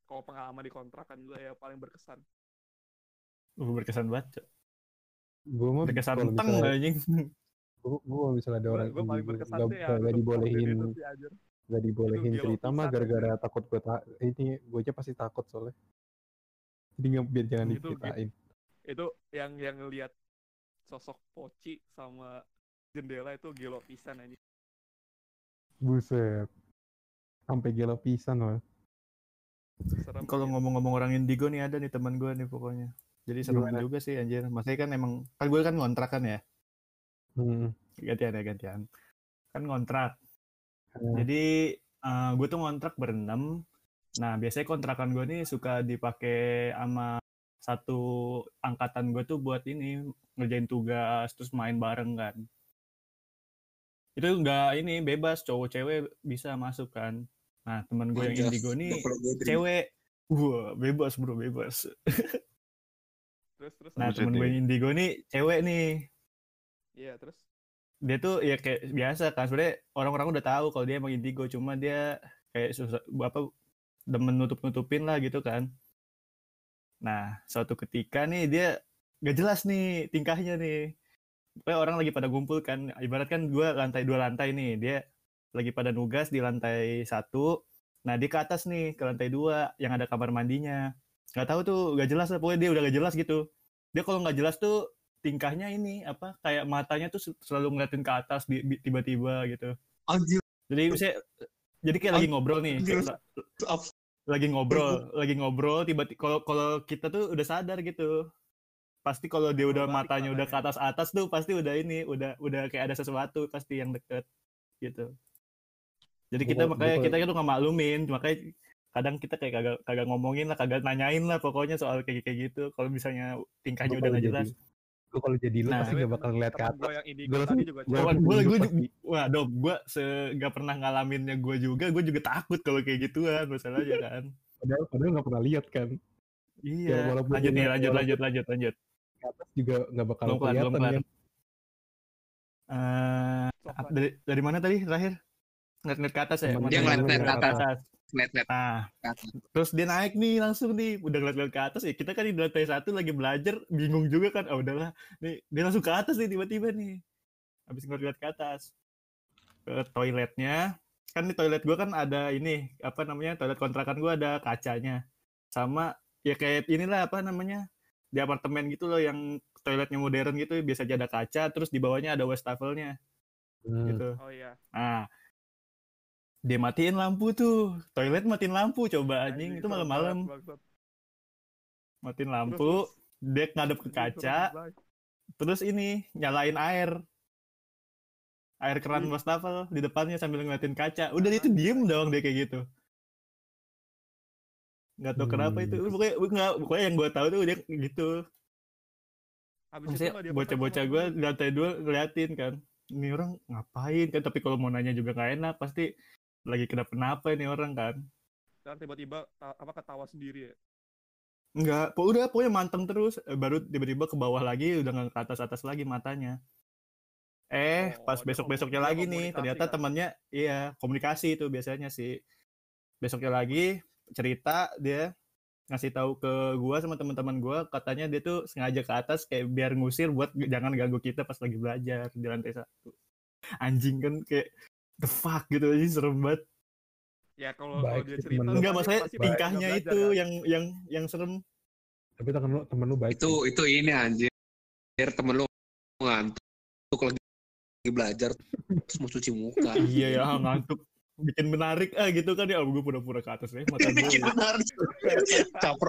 kalau pengalaman di kontrakan juga ya paling berkesan. Berkesan banget, Cok. Gue mah Berkesan kalau teng misalnya anjing. gue misalnya ada orang Gue paling indigo berkesan nggak tuh ya nggak nutup dibolehin itu sih anjir. nggak dibolehin Itu gelo cerita mah pisan, gara-gara takut ini gue aja pasti takut soalnya. Jadi biar jangan Itu diceritain. itu yang ngelihat sosok Poci sama jendela itu gelo pisan anjir. Buset. Sampai gelo pisan loh. Serem Kalau anjir. ngomong-ngomong orang indigo nih ada nih teman gue nih pokoknya. Jadi serem Gimana? juga sih anjir. Maksudnya kan emang kan gue kan ngontrak kan ya. Hmm. Gantian. Kan ngontrak. Hmm. Jadi gue tuh ngontrak berenam. Nah biasanya kontrakan gue nih suka dipakai sama satu angkatan gue tuh buat ini ngerjain tugas terus main bareng kan. Itu nggak ini bebas cowok cewek bisa masuk kan. Nah teman gue yang indigo nih cewek. Wah bebas bro bebas. Terus Nah Buset temen gue deh. yang indigo nih cewek nih. iya terus Dia tuh ya kayak biasa kan sebenarnya orang-orang udah tahu kalau dia emang indigo cuma dia kayak susah apa demen nutup-nutupin lah gitu kan. Nah suatu ketika nih dia gak jelas nih tingkahnya nih. Kayak orang lagi pada ngumpul kan, ibarat kan gue dua lantai nih, dia lagi pada nugas di lantai 1. Nah dia ke atas nih ke lantai 2 yang ada kamar mandinya. Gak tahu tuh gak jelas lah, pokoknya dia udah gak jelas gitu. Dia kalau nggak jelas tuh tingkahnya ini apa kayak matanya tuh selalu ngeliatin ke atas tiba-tiba gitu. Anjir, Jadi misalnya jadi kayak lagi ngobrol nih, anjir. lagi ngobrol tiba-tiba kalau kita tuh udah sadar gitu. Pasti kalau dia udah balik matanya udah ke matanya. atas tuh pasti udah ini udah kayak ada sesuatu pasti yang deket gitu. Jadi kita makanya kita tuh nggak maklumin, makanya kadang kita kayak kagak ngomongin lah, kagak nanyain lah pokoknya soal kayak gitu. Kalau misalnya tingkahnya udah nggak jelas. Gue kalau jadi lu Nah, pasti nggak bakal ngeliat ke Teman atas. gue yang indigo Gue tadi juga gue cewek. wah dong, gue nggak pernah ngalaminnya gue juga takut kalau kayak gituan masalahnya kan. Padahal nggak pernah lihat kan. Ya, Iya. walaupun Lanjut nih, walaupun lanjut. ke atas juga nggak bakal Belum kelar. kelihatan kan. Sok Dari mana tadi terakhir? Ngeliat ke atas ya? Temen Dia Matanya ngeliat ngeliat ke atas. Lihat Nah, terus dia naik nih langsung nih, udah ngeliat ke atas ya. Kita kan di lantai 1 lagi belajar, bingung juga kan. Oh udahlah, nih dia langsung ke atas nih tiba-tiba nih. Habis ngeliat ke atas, ke toiletnya. Kan di toilet gue kan ada ini, apa namanya, toilet kontrakan gue ada kacanya. Sama, ya kayak inilah apa namanya, di apartemen gitu loh yang toiletnya modern gitu, biasa aja ada kaca, terus di bawahnya ada wastafelnya gitu. Oh iya. Nah, dia matiin lampu tuh, toilet matiin lampu coba anjing, itu malam-malam. Matiin lampu, dia ngadep ke kaca, terus ini nyalain air keran wastafel di depannya sambil ngeliatin kaca. Udah itu diem doang dia kayak gitu. Nggak tahu kenapa itu. Pokoknya yang gue tahu tuh dia gitu. Maksudnya bocah-bocah gue di lantai 2 ngeliatin kan. Ini orang ngapain kan? Tapi kalau mau nanya juga nggak enak. Pasti lagi kenapa-napa ini orang kan. Dan tiba-tiba ketawa sendiri ya. Enggak, pokoknya manteng terus. Baru tiba-tiba ke bawah lagi, udah nggak ke atas-atas lagi matanya. Pas besok-besoknya lagi nih, ternyata kan? Temannya, iya, komunikasi itu biasanya sih. Besoknya lagi, cerita dia ngasih tahu ke gua sama teman-teman gua, katanya dia tuh sengaja ke atas kayak biar ngusir buat jangan ganggu kita pas lagi belajar di lantai 1. Anjing kan kayak the fuck gitu aja, serem banget. Ya kalau dia cerita enggak, maksudnya tingkahnya itu kan? yang serem. Tapi temen lu baik. Itu ini anjir. Temen lu ngantuk lagi belajar terus mau cuci muka. Iya ya, ngantuk bikin menarik gitu kan ya. Gue pura-pura ke atas ya, mata gue bikin menarik. Caper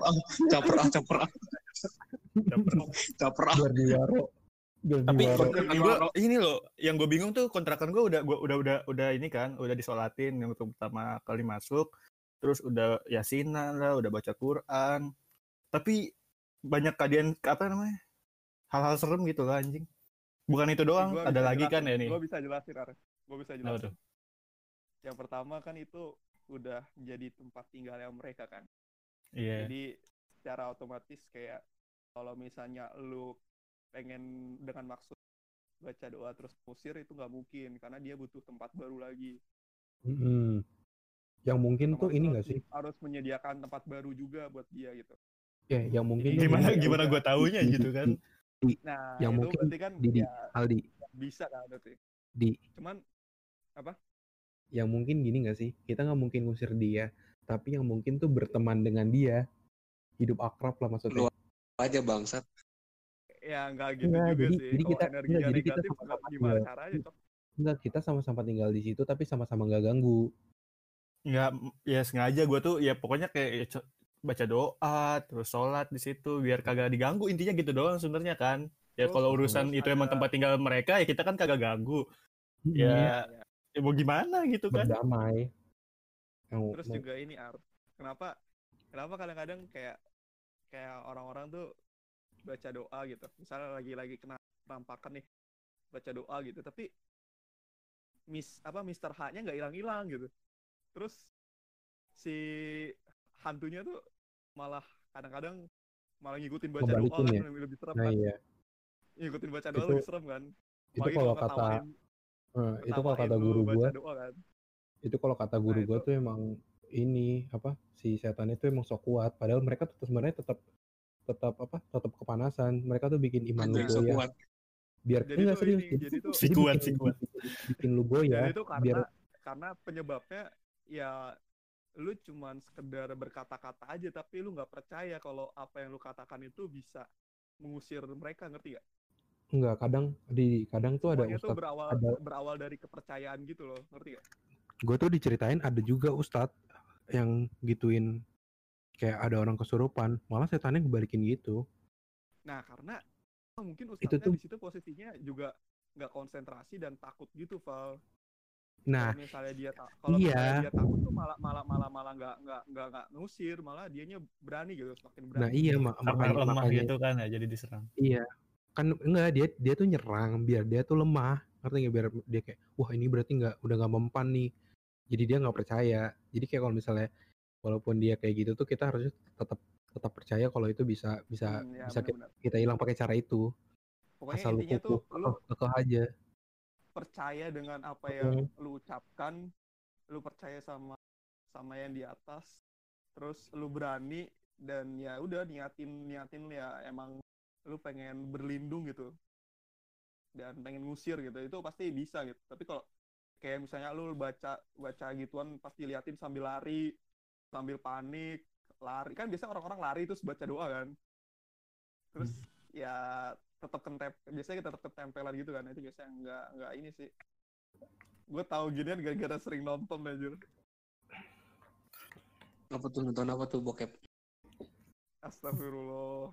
biar diwaro. Tapi gue ini loh, yang gue bingung tuh kontrakan gue udah ini kan, udah disolatin yang pertama kali masuk, terus udah yasinan lah, udah baca Quran, tapi banyak kejadian apa namanya, hal-hal serem gitu lah anjing. Bukan itu doang, ada lagi kan ya nih. Gue bisa jelasin. Yang pertama kan itu udah jadi tempat tinggalnya mereka kan. Iya. Jadi secara otomatis kayak kalau misalnya lu pengen dengan maksud baca doa terus musir itu nggak mungkin karena dia butuh tempat baru lagi. Yang mungkin Otomatis tuh ini lu nggak sih? harus menyediakan tempat baru juga buat dia gitu. Ya, yang mungkin Jadi tuh Gimana gini, gimana gue taunya Di- gitu kan? Nah, yang itu mungkin berarti kan Didi, ya Aldi, bisa kan berarti. di Cuman apa? yang mungkin gini nggak sih? Kita nggak mungkin ngusir dia, tapi yang mungkin tuh berteman dengan dia, hidup akrab lah maksudnya. Lu aja bangsat. Ya nggak gitu Enggak, juga sih. jadi Kalau kita energinya jadi kita negatif sama-sama gimana tinggal. caranya, Cok? Enggak, kita sama-sama tinggal di situ tapi sama-sama nggak ganggu. Nggak, ya sengaja gue tuh ya pokoknya kayak baca doa terus sholat di situ biar kagak diganggu, intinya gitu doang sebenarnya kan. Ya Terus- kalau urusan terus itu emang ada- tempat tinggal mereka ya kita kan kagak ganggu. Iya, Ya, ya mau gimana gitu kan. berdamai. Terus juga ini kenapa kadang-kadang kayak orang-orang tuh baca doa gitu. Misalnya lagi kena penampakan nih, baca doa gitu, tapi Mister H-nya nggak hilang-hilang gitu. Terus si hantunya tuh malah kadang-kadang malah ngikutin baca doa Ngebalikin kan, ya? lebih serem Nah kan. iya, Ngikutin baca doa Itu- lebih serem kan. itu Apalagi kalau kalau kata itu kalau kata lu guru baca gua, doa kan. itu kalau kata guru Nah, gua itu- tuh emang ini apa si setan itu emang sok kuat, padahal mereka tuh sebenarnya tetap kepanasan. Mereka tuh bikin iman lu Anjing so goyah kuat. biar Jadi enggak tuh serius. ini, jadi tuh- Si kuat. bikin lu goyah Dan itu biar karena penyebabnya ya lu cuman sekedar berkata-kata aja tapi lu nggak percaya kalau apa yang lu katakan itu bisa mengusir mereka, ngerti gak? enggak kadang tuh ada Semuanya tuh ustadz, berawal dari kepercayaan gitu loh, ngerti gak? gue tuh diceritain ada juga ustadz yang gituin kayak ada orang kesurupan malah setannya ngebalikin gitu. Nah, karena mungkin Itu ustadznya tuh- di situ posisinya juga nggak konsentrasi dan takut gitu, Val. Nah Kalau misalnya dia iya. takut tuh malah nggak ngusir, malah dianya berani gitu, semakin berani. Nah iya Karena lemah makanya gitu kan ya jadi diserang. iya kan enggak dia tuh nyerang biar dia tuh lemah, ngerti nggak, biar dia kayak wah ini berarti udah nggak mempan nih, jadi dia nggak percaya. Jadi kayak kalau misalnya walaupun dia kayak gitu tuh kita harusnya tetap percaya kalau itu bisa Ya, bisa benar-benar. kita hilang pakai cara itu. Pokoknya Asal lu intinya tuh lu kekeh aja. percaya dengan apa yang lu ucapkan, lu percaya sama yang di atas, terus lu berani dan ya udah niatin ya emang lu pengen berlindung gitu dan pengen ngusir gitu, itu pasti bisa gitu. Tapi kalau kayak misalnya lu baca gituan pasti liatin sambil lari, sambil panik, lari kan biasanya orang-orang lari terus baca doa kan, terus ya biasanya kita tetap ketempelan gitu kan, itu biasanya nggak ini sih. Gue tahu ginian gara-gara sering nonton aja. Nonton apa tuh bokep? Astagfirullah.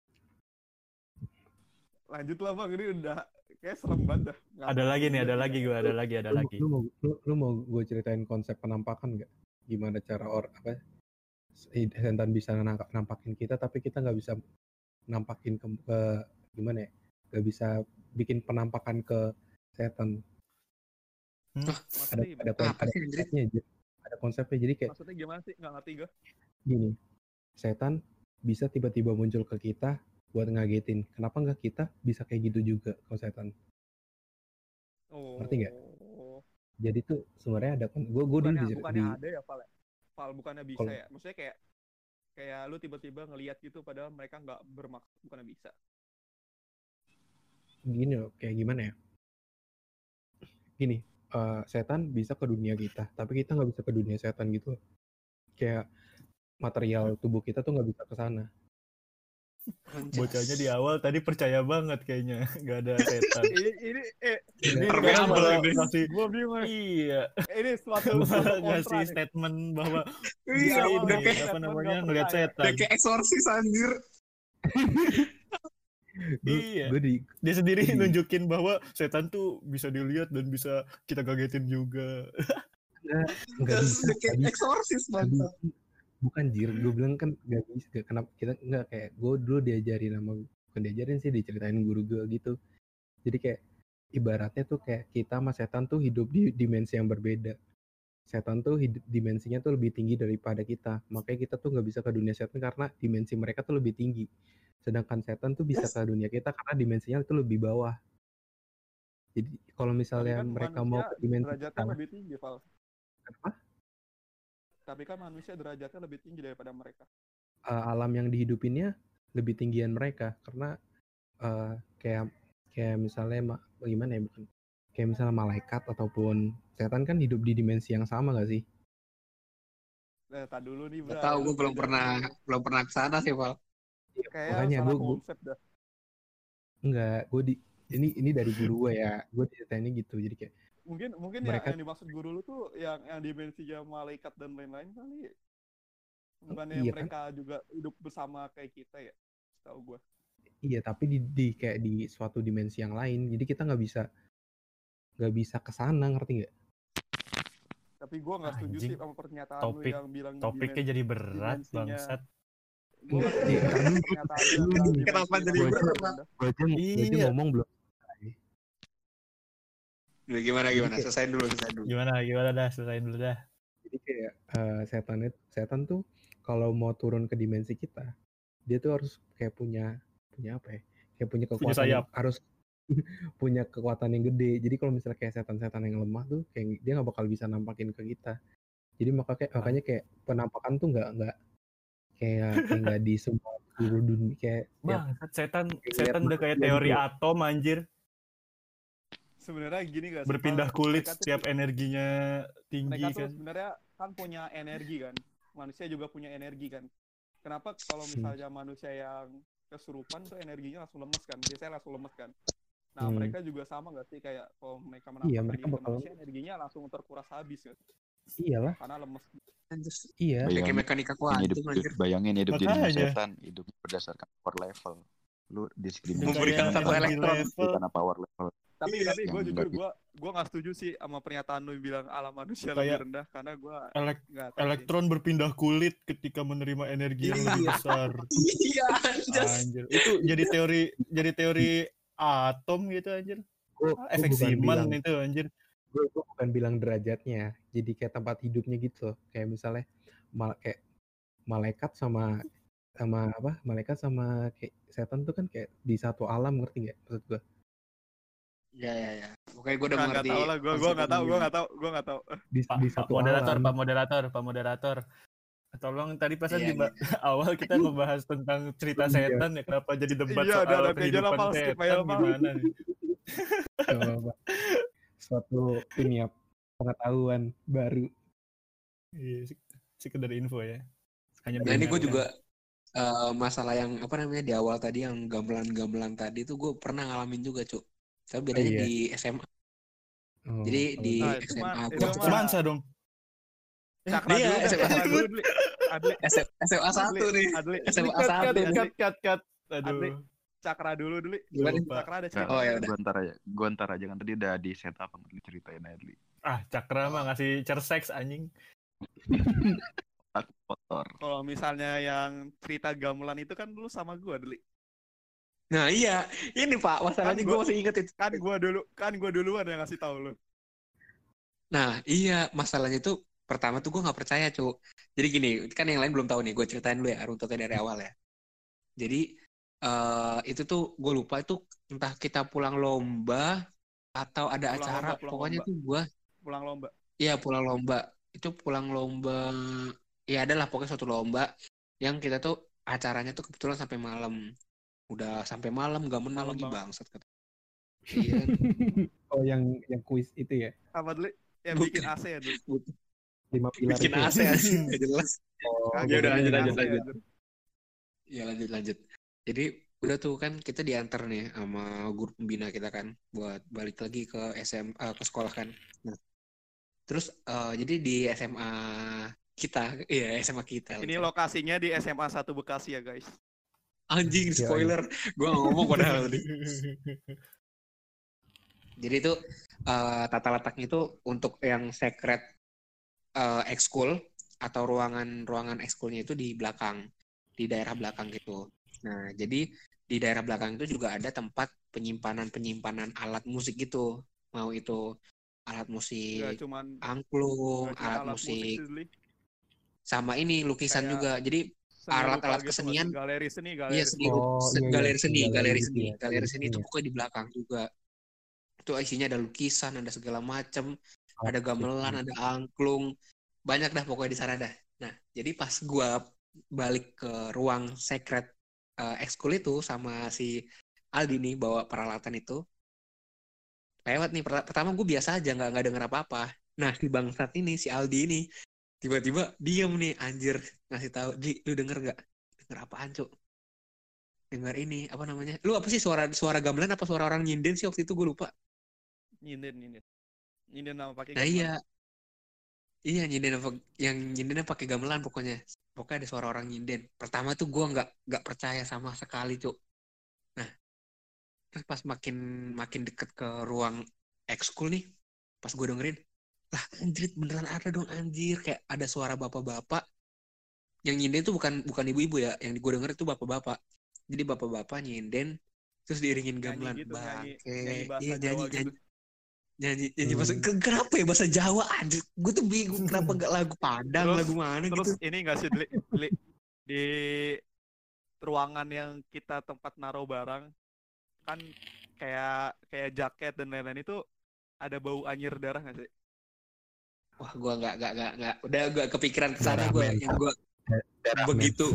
Lanjut lah bang, ini udah kayak serem banget dah. Ada lagi Lu mau gue ceritain konsep penampakan nggak? Gimana cara setan bisa nampakin kita tapi kita nggak bisa nampakin ke gimana ya? Nggak bisa bikin penampakan ke setan. Maksudnya Ada konsepnya jadi kayak maksudnya gimana sih? Nggak ngerti gue. gini, setan bisa tiba-tiba muncul ke kita buat ngagetin. Kenapa nggak kita bisa kayak gitu juga kalau setan? Ngerti nggak? Jadi tuh sebenarnya ada gue dulu bukannya ada ya Val bukannya bisa ya? Maksudnya kayak lu tiba-tiba ngelihat gitu padahal mereka nggak bermaksud, bukannya bisa? Gini loh, kayak gimana ya? Gini, setan bisa ke dunia kita, tapi kita nggak bisa ke dunia setan gitu. Kayak material tubuh kita tuh nggak bisa ke sana. Bocahnya di awal tadi percaya banget kayaknya nggak ada setan. ini Sekarang apa malah ini? ngasih gue bingung. iya Ini suatu malah kontra ngasih nih. statement bahwa Iya, bisa udah ini kayak apa namanya nggak ngelihat percaya. setan. udah kayak eksorsis anjir. Iya. Dia sendiri nunjukin bahwa setan tuh bisa dilihat dan bisa kita kagetin juga. Nggak bisa. Kayak eksorsis banget. Bukan jir, gue bilang kan nggak bisa. Kenapa kita nggak kayak gue dulu diajarin bukan diajarin sih, diceritain guru gue gitu. Jadi kayak ibaratnya tuh kayak kita sama setan tuh hidup di dimensi yang berbeda. Setan tuh dimensinya tuh lebih tinggi daripada kita. Makanya kita tuh nggak bisa ke dunia setan karena dimensi mereka tuh lebih tinggi. Sedangkan setan tuh bisa ke dunia kita karena dimensinya itu lebih bawah. Jadi kalau misalnya Tapi kan mereka manusia mau ke dimensi derajatnya kita, lebih tinggi, Val. kenapa? Tapi kan manusia derajatnya lebih tinggi daripada mereka. Alam yang dihidupinnya lebih tinggian mereka karena kayak misalnya gimana ya, bukan kayak misalnya malaikat ataupun setan kan hidup di dimensi yang sama gak sih? Tak dulu nih, Gak Bra. tahu, Lu gue belum belajar pernah tuh. kesana sih, Val. Iya, Kayak makanya salah gue konsep dah. enggak, ini dari guru gue ya, gue ceritainnya gitu, jadi kayak Mungkin mereka yang dimaksud guru lu tuh yang dimensinya malaikat dan lain-lain kali. Bukannya iya kan, mereka juga hidup bersama kayak kita ya? Tahu gue. iya tapi di kayak di suatu dimensi yang lain, jadi kita nggak bisa kesana, ngerti nggak? Tapi gue nggak setuju Anjing. sih sama pernyataan lu yang bilang Topiknya jadi berat dimensinya. bangsat. Gue nggak setuju Ntar sama dulu. pernyataan lu yang Dulu bilang nih. Kenapa dimensi jadi manusia berat? rendah. Gue aja Iya. ngomong belum. Gimana Jadi kayak- selesai dulu. Gimana dah, selesain dulu dah. Jadi kayak setan tuh kalau mau turun ke dimensi kita, dia tuh harus kayak punya apa ya? Kayak punya kekuatan sayap. harus punya kekuatan yang gede. Jadi kalau misalnya kayak setan-setan yang lemah tuh kayak dia nggak bakal bisa nampakin ke kita. Jadi makanya kayak penampakan tuh nggak kayak nggak di semua seluruh dunia kayak Bang, setan lihat udah kayak manusia teori gitu. atom anjir. Sebenarnya gini gak sih? Berpindah Val? kulit Mereka tuh- setiap energinya tinggi mereka tuh kan. sebenarnya kan punya energi kan. Manusia juga punya energi kan. Kenapa kalau misalnya manusia yang kesurupan tuh energinya langsung lemes kan? Biasanya langsung lemes kan. Nah, mereka juga sama gak sih kayak kalau mereka Iya, menampakkan mereka diri ke bakal- manusia, energinya langsung terkuras habis kan? Iyalah, Karena lemes. iya. Kayak mekanika kuantum anjir. Bayangin hidup di dunia Makanya. setan, hidup berdasarkan power level. Lu di Udah Memberikan kayak satu energi elektron. level. karena power level. Tapi Iya. gue Yang jujur nggak gue nggak setuju sih sama pernyataan lu yang bilang alam manusia Kayak lebih rendah karena gue nggak tahu sih. Elektron berpindah kulit ketika menerima energi yang lebih Iya. besar. Iya, anjas. Anjir, itu jadi teori atom gitu anjir. Gue Efek bukan Zeeman bilang itu anjir. gue bukan bilang derajatnya, jadi kayak tempat hidupnya gitu loh. Kayak misalnya kayak malaikat sama kayak setan tuh kan kayak di satu alam, ngerti nggak maksud gue? Ya. Pokoknya gue udah Nggak mengerti. tahu lah, gue nggak tahu. Di satu alam. Pak moderator. Tolong tadi pesan Iya, di awal kita ngebahas tentang cerita Iya. setan ya, kenapa jadi debat Iya, soal udah, kehidupan aja lah, Pak. Skip aja setan lah, Pak. gimana nih? Nggak apa-apa. Suatu ini ya, pengetahuan baru. Iya, sekedar info ya. Hanya Nah ini gue mendengarkan. juga masalah yang apa namanya di awal tadi yang gamelan tadi tuh gue pernah ngalamin juga cuk. Tapi bedanya iya. di SMA. Oh, Jadi kalau di Nah, itu SMA mah- gue itu mah- Semansa dong. Cakra Iya, dulu, SMA Cakra dulu. Adli. SMA 1 nih. Adli. SMA Cut. 1 Adli. Aduh. Cakra dulu. Gimana? Cakra ada Nggak, cerita. Oh, ya udah. Gue ntar aja kan tadi udah di setup sama lu ceritain Adli. Cakra mah ngasih cerseks anjing. Aku kotor. Kalau misalnya yang cerita gamelan itu kan dulu sama gue, Adli. Nah iya, ini Pak masalahnya Kan gue gua- masih inget itu. Kan gue duluan yang ngasih tahu lu. Nah iya, masalahnya tuh pertama tuh gue nggak percaya cuk. Jadi gini, kan yang lain belum tahu nih, gue ceritain dulu ya runtutnya dari awal ya. Jadi itu tuh gue lupa itu entah kita pulang lomba atau ada Pulang acara, lomba, pulang pokoknya lomba. tuh gue Pulang lomba. iya pulang lomba. Itu pulang lomba, ya adalah pokoknya suatu lomba yang kita tuh acaranya tuh kebetulan sampai malam. Udah sampai malam gak menang Malam lagi banget. bangsat kata. Iya. Oh, yang kuis itu ya, Apa, Adli? Yang Bukan. bikin AC ya, Adli? 5 pilar Bikin itu ya? AC anjing, gak jelas. Oh, Ya udah, bener. lanjut. AC, Ya lanjut. Jadi udah tuh kan kita diantar nih sama guru pembina kita kan buat balik lagi ke SMA ke sekolah kan. Nah, terus jadi di SMA kita, SMA kita. Ini lokasinya di SMA 1 Bekasi ya, guys. Anjing Iya, spoiler, gue ngomong padahal tadi. Jadi itu tata letaknya itu untuk yang secret ekskul atau ruangan ekskulnya itu di belakang, di daerah belakang gitu. Nah, jadi di daerah belakang itu juga ada tempat penyimpanan alat musik gitu. Mau itu alat Gak musik cuman angklung, gak cuma alat alat musik musik, sih, Adli. sama ini lukisan Kayak juga. Jadi Seni alat-alat rupa gitu, kesenian. galeri seni, Iya seni, Oh, iya, galeri iya. seni, Galeri galeri gitu seni, ya, galeri seni itu ya. pokoknya di belakang juga. Itu isinya ada lukisan, ada segala macam, ada Asik. gamelan, ada angklung. banyak dah pokoknya di sana dah. Nah, jadi pas gue balik ke ruang secret ekskul itu sama si Aldi nih bawa peralatan itu, lewat nih pertama gue biasa aja nggak denger apa-apa. Nah si bangsat ini si Aldi ini tiba-tiba diem nih anjir ngasih tahu, Ji lu denger nggak? Denger apaan cuk? Denger ini apa namanya? Lu apa sih suara gamelan apa suara orang nyinden sih waktu itu gue lupa. Nyinden nama pakai Nah gamelan. iya yang nyindennya pakai gamelan pokoknya ada suara orang nyinden. Pertama tuh gue nggak percaya sama sekali cuk. Nah terus pas makin deket ke ruang ekskul nih, pas gue dengerin, lah anjir beneran ada dong anjir, kayak ada suara bapak-bapak. Yang nyinden tuh bukan ibu-ibu ya, yang gue denger itu bapak-bapak. Jadi bapak-bapak nyinden terus diiringin gamelan. Nyanyi gitu, Bangke. nyanyi bahasa Iya Jawa gitu. nyanyi bahasa kenapa ya bahasa Jawa anjir. Gue tuh bingung kenapa gak lagu Padang, lagu mana Terus gitu. ini nggak sih Dli, di ruangan yang kita tempat naruh barang kan kayak jaket dan lain-lain itu ada bau anyir darah nggak sih? Wah, gue nggak udah gue kepikiran ke sana gue yang gue Darah begitu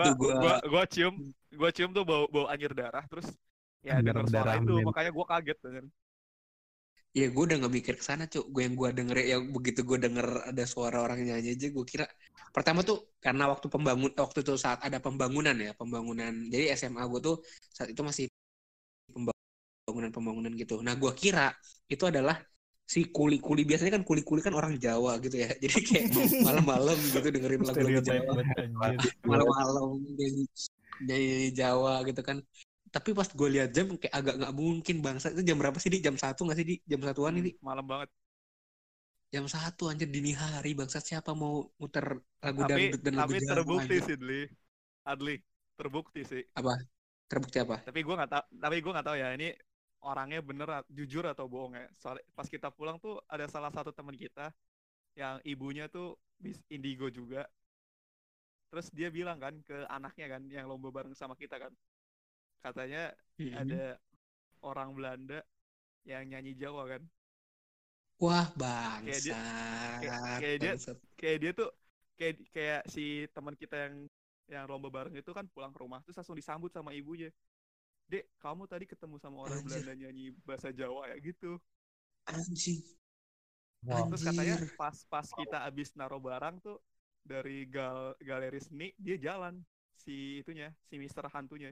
Gue cium tuh bau anyir darah, terus ya denger suara itu makanya gue kaget kan. Iya, gue udah nggak mikir ke sana cuk. Gue denger yang begitu gue denger ada suara orang nyanyi aja, gue kira pertama tuh karena waktu itu saat ada pembangunan. Jadi SMA gue tuh saat itu masih pembangunan gitu. Nah, gue kira itu adalah si kuli-kuli, biasanya kan kuli-kuli kan orang Jawa gitu ya. Jadi kayak malam-malam gitu dengerin lagu-lagu Jawa. Malam-malam nyanyi Jawa gitu kan. Tapi pas gue lihat jam kayak agak nggak mungkin bangsa. Itu jam berapa sih di? Jam 1 nggak sih di? Jam 1-an ini? Malam banget. Jam 1 anjir dini hari bangsa, siapa mau muter lagu Tapi dangdut dan lagu Jawa? Tapi terbukti sih Adli, terbukti sih. Apa? Terbukti apa? Tapi gue nggak tahu ya ini orangnya bener jujur atau bohong ya. Soalnya pas kita pulang tuh ada salah satu teman kita yang ibunya tuh indigo juga. Terus dia bilang kan ke anaknya kan yang lomba bareng sama kita kan. Katanya ada orang Belanda yang nyanyi Jawa kan. Wah, bangsa. Kayak dia tuh kayak si teman kita yang lomba bareng itu kan pulang ke rumah terus langsung disambut sama ibunya. Dek, kamu tadi ketemu sama orang Belanda nyanyi bahasa Jawa ya gitu. Anjing. Terus katanya pas kita abis naruh barang tuh dari galeri seni dia jalan si Mister Hantunya.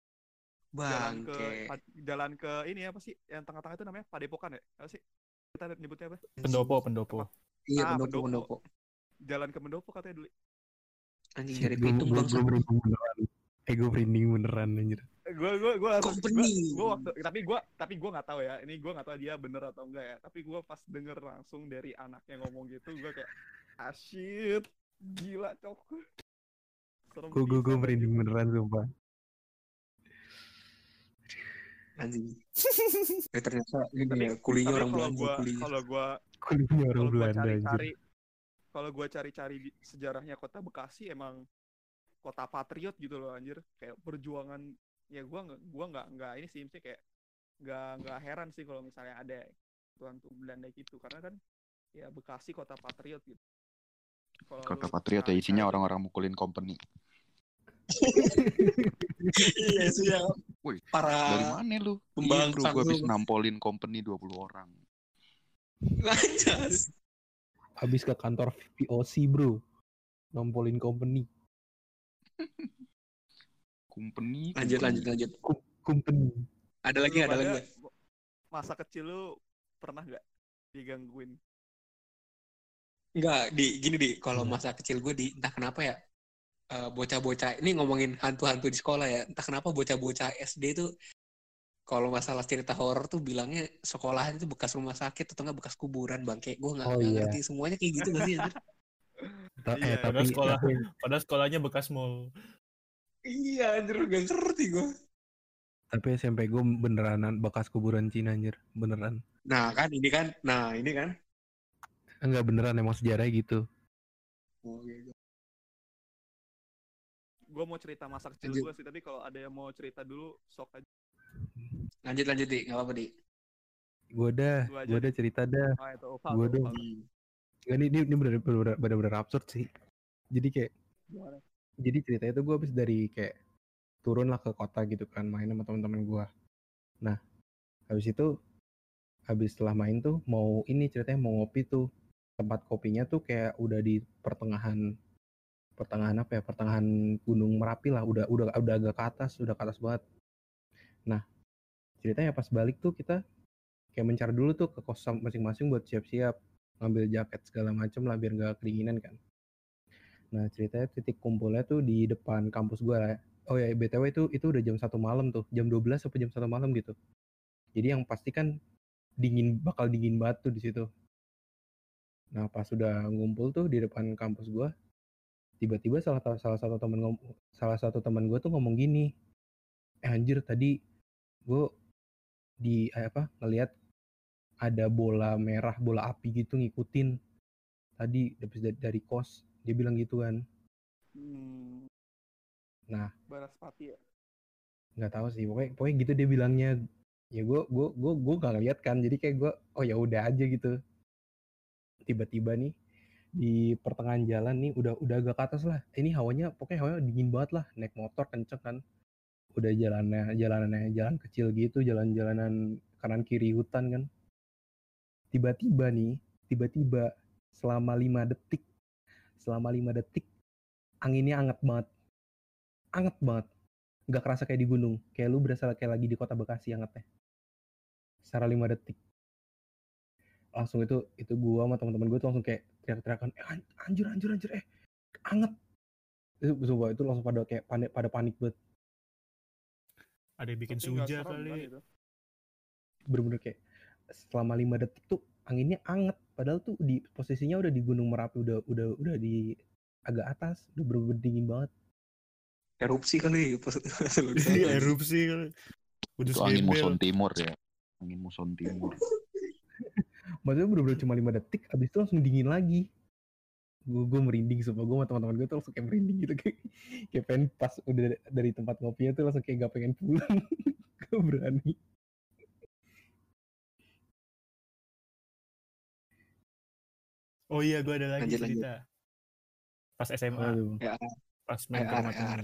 Jalan ke ini apa sih yang tengah-tengah itu namanya Padepokan ya? Apa sih? Kita nyebutnya apa? Pendopo. Iya, pendopo. Jalan ke pendopo katanya dulu. Anjing dari Pitung bangsa. Gue merinding beneran anjir. Tapi gue nggak tahu ya. Ini gue nggak tahu dia bener atau enggak ya. Tapi gue pas denger langsung dari anak yang ngomong gitu, gue kayak asyik gila cok. Gue merinding beneran sumpah. Anjing. Ternyata ini ya kulinya orang Belanda. Kulinya orang Belanda anjir. Kalau gue cari-cari sejarahnya kota Bekasi emang kota patriot gitu loh anjir, kayak perjuangan ya gue nggak ini sih kayak nggak heran sih kalau misalnya ada tuan Belanda gitu karena kan ya Bekasi kota patriot gitu. Kota patriot ya isinya orang-orang mukulin company. Iya siap. Woi, para dari mana lu? Pembangkang gue habis nampolin company 20 orang. Lanjas. Habis ke kantor VOC bro, nampolin company. Company. Lanjut. Company. Ada lagi. Masa kecil lu pernah nggak digangguin? Enggak, gini kalau masa kecil gue entah kenapa ya, bocah-bocah ini ngomongin hantu-hantu di sekolah ya, entah kenapa bocah-bocah SD itu kalau masalah cerita horor tuh bilangnya sekolahan itu bekas rumah sakit atau enggak bekas kuburan bangke. Gue nggak ngerti semuanya kayak gitu nggak sih anjir? Padahal sekolahnya bekas mall. Iya anjir, gak ngerti gue. Tapi SMP gue beneran bekas kuburan Cina anjir, beneran. Nah ini kan. Enggak beneran, emang sejarahnya gitu. Oh, gitu. Gue mau cerita masa kecil gue sih, tapi kalau ada yang mau cerita dulu sok aja. Lanjut Di, nggak apa-apa Di. Gue udah cerita dah. Gue Ini bener-bener absurd sih. Jadi kayak jadi ceritanya tuh gue habis dari kayak turun lah ke kota gitu kan, main sama teman-teman gue. Nah habis itu setelah main tuh mau ini ceritanya mau ngopi tuh, tempat kopinya tuh kayak udah di pertengahan apa ya, pertengahan Gunung Merapi lah, udah agak ke atas, udah ke atas banget. Nah ceritanya pas balik tuh kita kayak mencari dulu tuh ke kos masing-masing buat siap-siap ngambil jaket segala macem lah biar nggak kedinginan kan. Nah ceritanya titik kumpulnya tuh di depan kampus gue lah. Oh ya BTW itu udah jam 1 malam tuh, jam 12 sampai jam 1 malam gitu. Jadi yang pasti kan bakal dingin banget tuh di situ. Nah pas sudah ngumpul tuh di depan kampus gue, tiba-tiba salah satu teman gue tuh ngomong gini, anjir tadi gue ngelihat ada bola merah, bola api gitu ngikutin tadi dari kos, dia bilang gitu kan. Nah Baraspati ya. nggak tahu sih, pokoknya gitu dia bilangnya. Ya gue nggak ngeliat kan, jadi kayak gue oh ya udah aja gitu. Tiba-tiba nih di pertengahan jalan nih udah agak ke atas lah, ini pokoknya hawanya dingin banget lah, naik motor kenceng kan, udah jalanannya jalan kecil gitu, jalanan kanan kiri hutan kan. Tiba-tiba selama 5 detik anginnya anget banget, nggak kerasa kayak di gunung, kayak lu berasa kayak lagi di kota Bekasi angetnya secara 5 detik. Langsung itu gua sama teman-teman gue tuh langsung kayak teriak-teriakan, anjir anget. Itu langsung pada kayak panik banget. Ada yang bikin Tapi nggak suja serem kan kali. itu. Bener-bener kayak selama 5 detik tuh anginnya anget, padahal tuh di posisinya udah di Gunung Merapi, udah di agak atas, udah bener-bener dingin banget. Erupsi kali pas lu di Iya, sana. erupsi kali. Kudus Itu angin gembel. muson timur ya. Angin muson timur. Maksudnya bener-bener cuma 5 detik, abis itu langsung dingin lagi. Gue merinding, sumpah. Gue sama teman-teman gue tuh langsung kayak merinding gitu, kayak pengen pas udah dari tempat ngopinya tuh langsung kayak gak pengen pulang. Gak berani. Oh iya, gue ada lagi Lanjut. cerita. Pas SMA, Aduh. Ya, pas main ke rumah temen.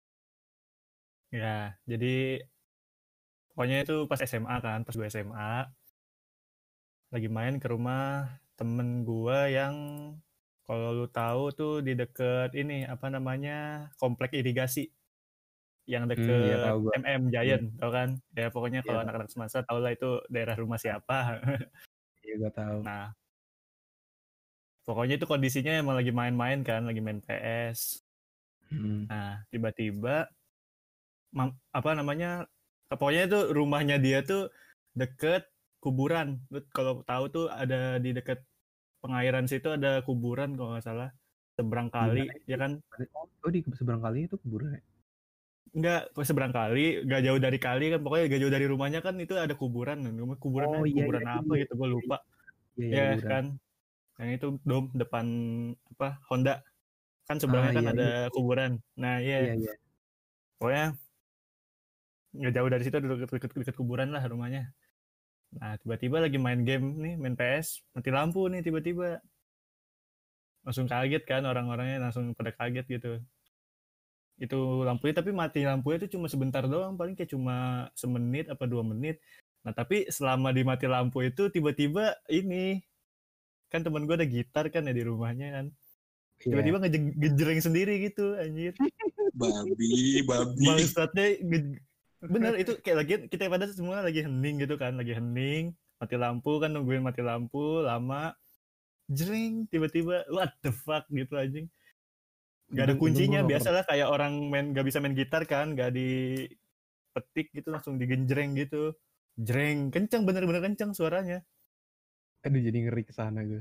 Ya, jadi pokoknya itu pas SMA kan, pas gue SMA lagi main ke rumah temen gue yang kalau lu tahu tuh di deket ini apa namanya komplek irigasi yang Iya deket tahu gue. Giant, tau kan? Ya pokoknya kalau Iya anak-anak semasa tau lah itu daerah rumah siapa. iya gue tahu. Nah, pokoknya itu kondisinya emang lagi main-main kan, lagi main PS. Nah, tiba-tiba apa namanya? Pokoknya itu rumahnya dia tuh deket kuburan. Lu kalau tahu tuh ada di deket pengairan situ ada kuburan kalau nggak salah. Seberang kali, ya kan? Oh di seberang kali itu kuburan ya? Enggak, seberang kali, gak jauh dari kali kan, pokoknya gak jauh dari rumahnya kan itu ada kuburan. Oh iya Kuburan apa iya, gitu, gue lupa. iya Ya kuburan. kan, yang itu dom depan apa Honda kan seberangnya kan iya, ada iya. kuburan. Nah Iya. pokoknya nggak jauh dari situ, deket kuburan lah rumahnya. Nah tiba-tiba lagi main game nih, main PS, mati lampu nih tiba-tiba. Langsung kaget kan, orang-orangnya langsung pada kaget gitu. Itu lampunya, tapi mati lampunya itu cuma sebentar doang, paling kayak cuma semenit apa 2 menit. Nah tapi selama di mati lampu itu tiba-tiba ini kan temen gue ada gitar kan ya di rumahnya kan, tiba-tiba ngejreng sendiri gitu anjir. babi Bangsatnya bener itu kayak lagi kita pada semua lagi hening gitu kan, lagi hening mati lampu kan, nungguin mati lampu lama, jreng tiba-tiba what the fuck gitu anjing. Gak ada kuncinya, biasalah kayak orang gak bisa main gitar kan, gak dipetik gitu, langsung digenjreng gitu, jreng kenceng, bener-bener kenceng suaranya. Aduh jadi ngeri kesana gue.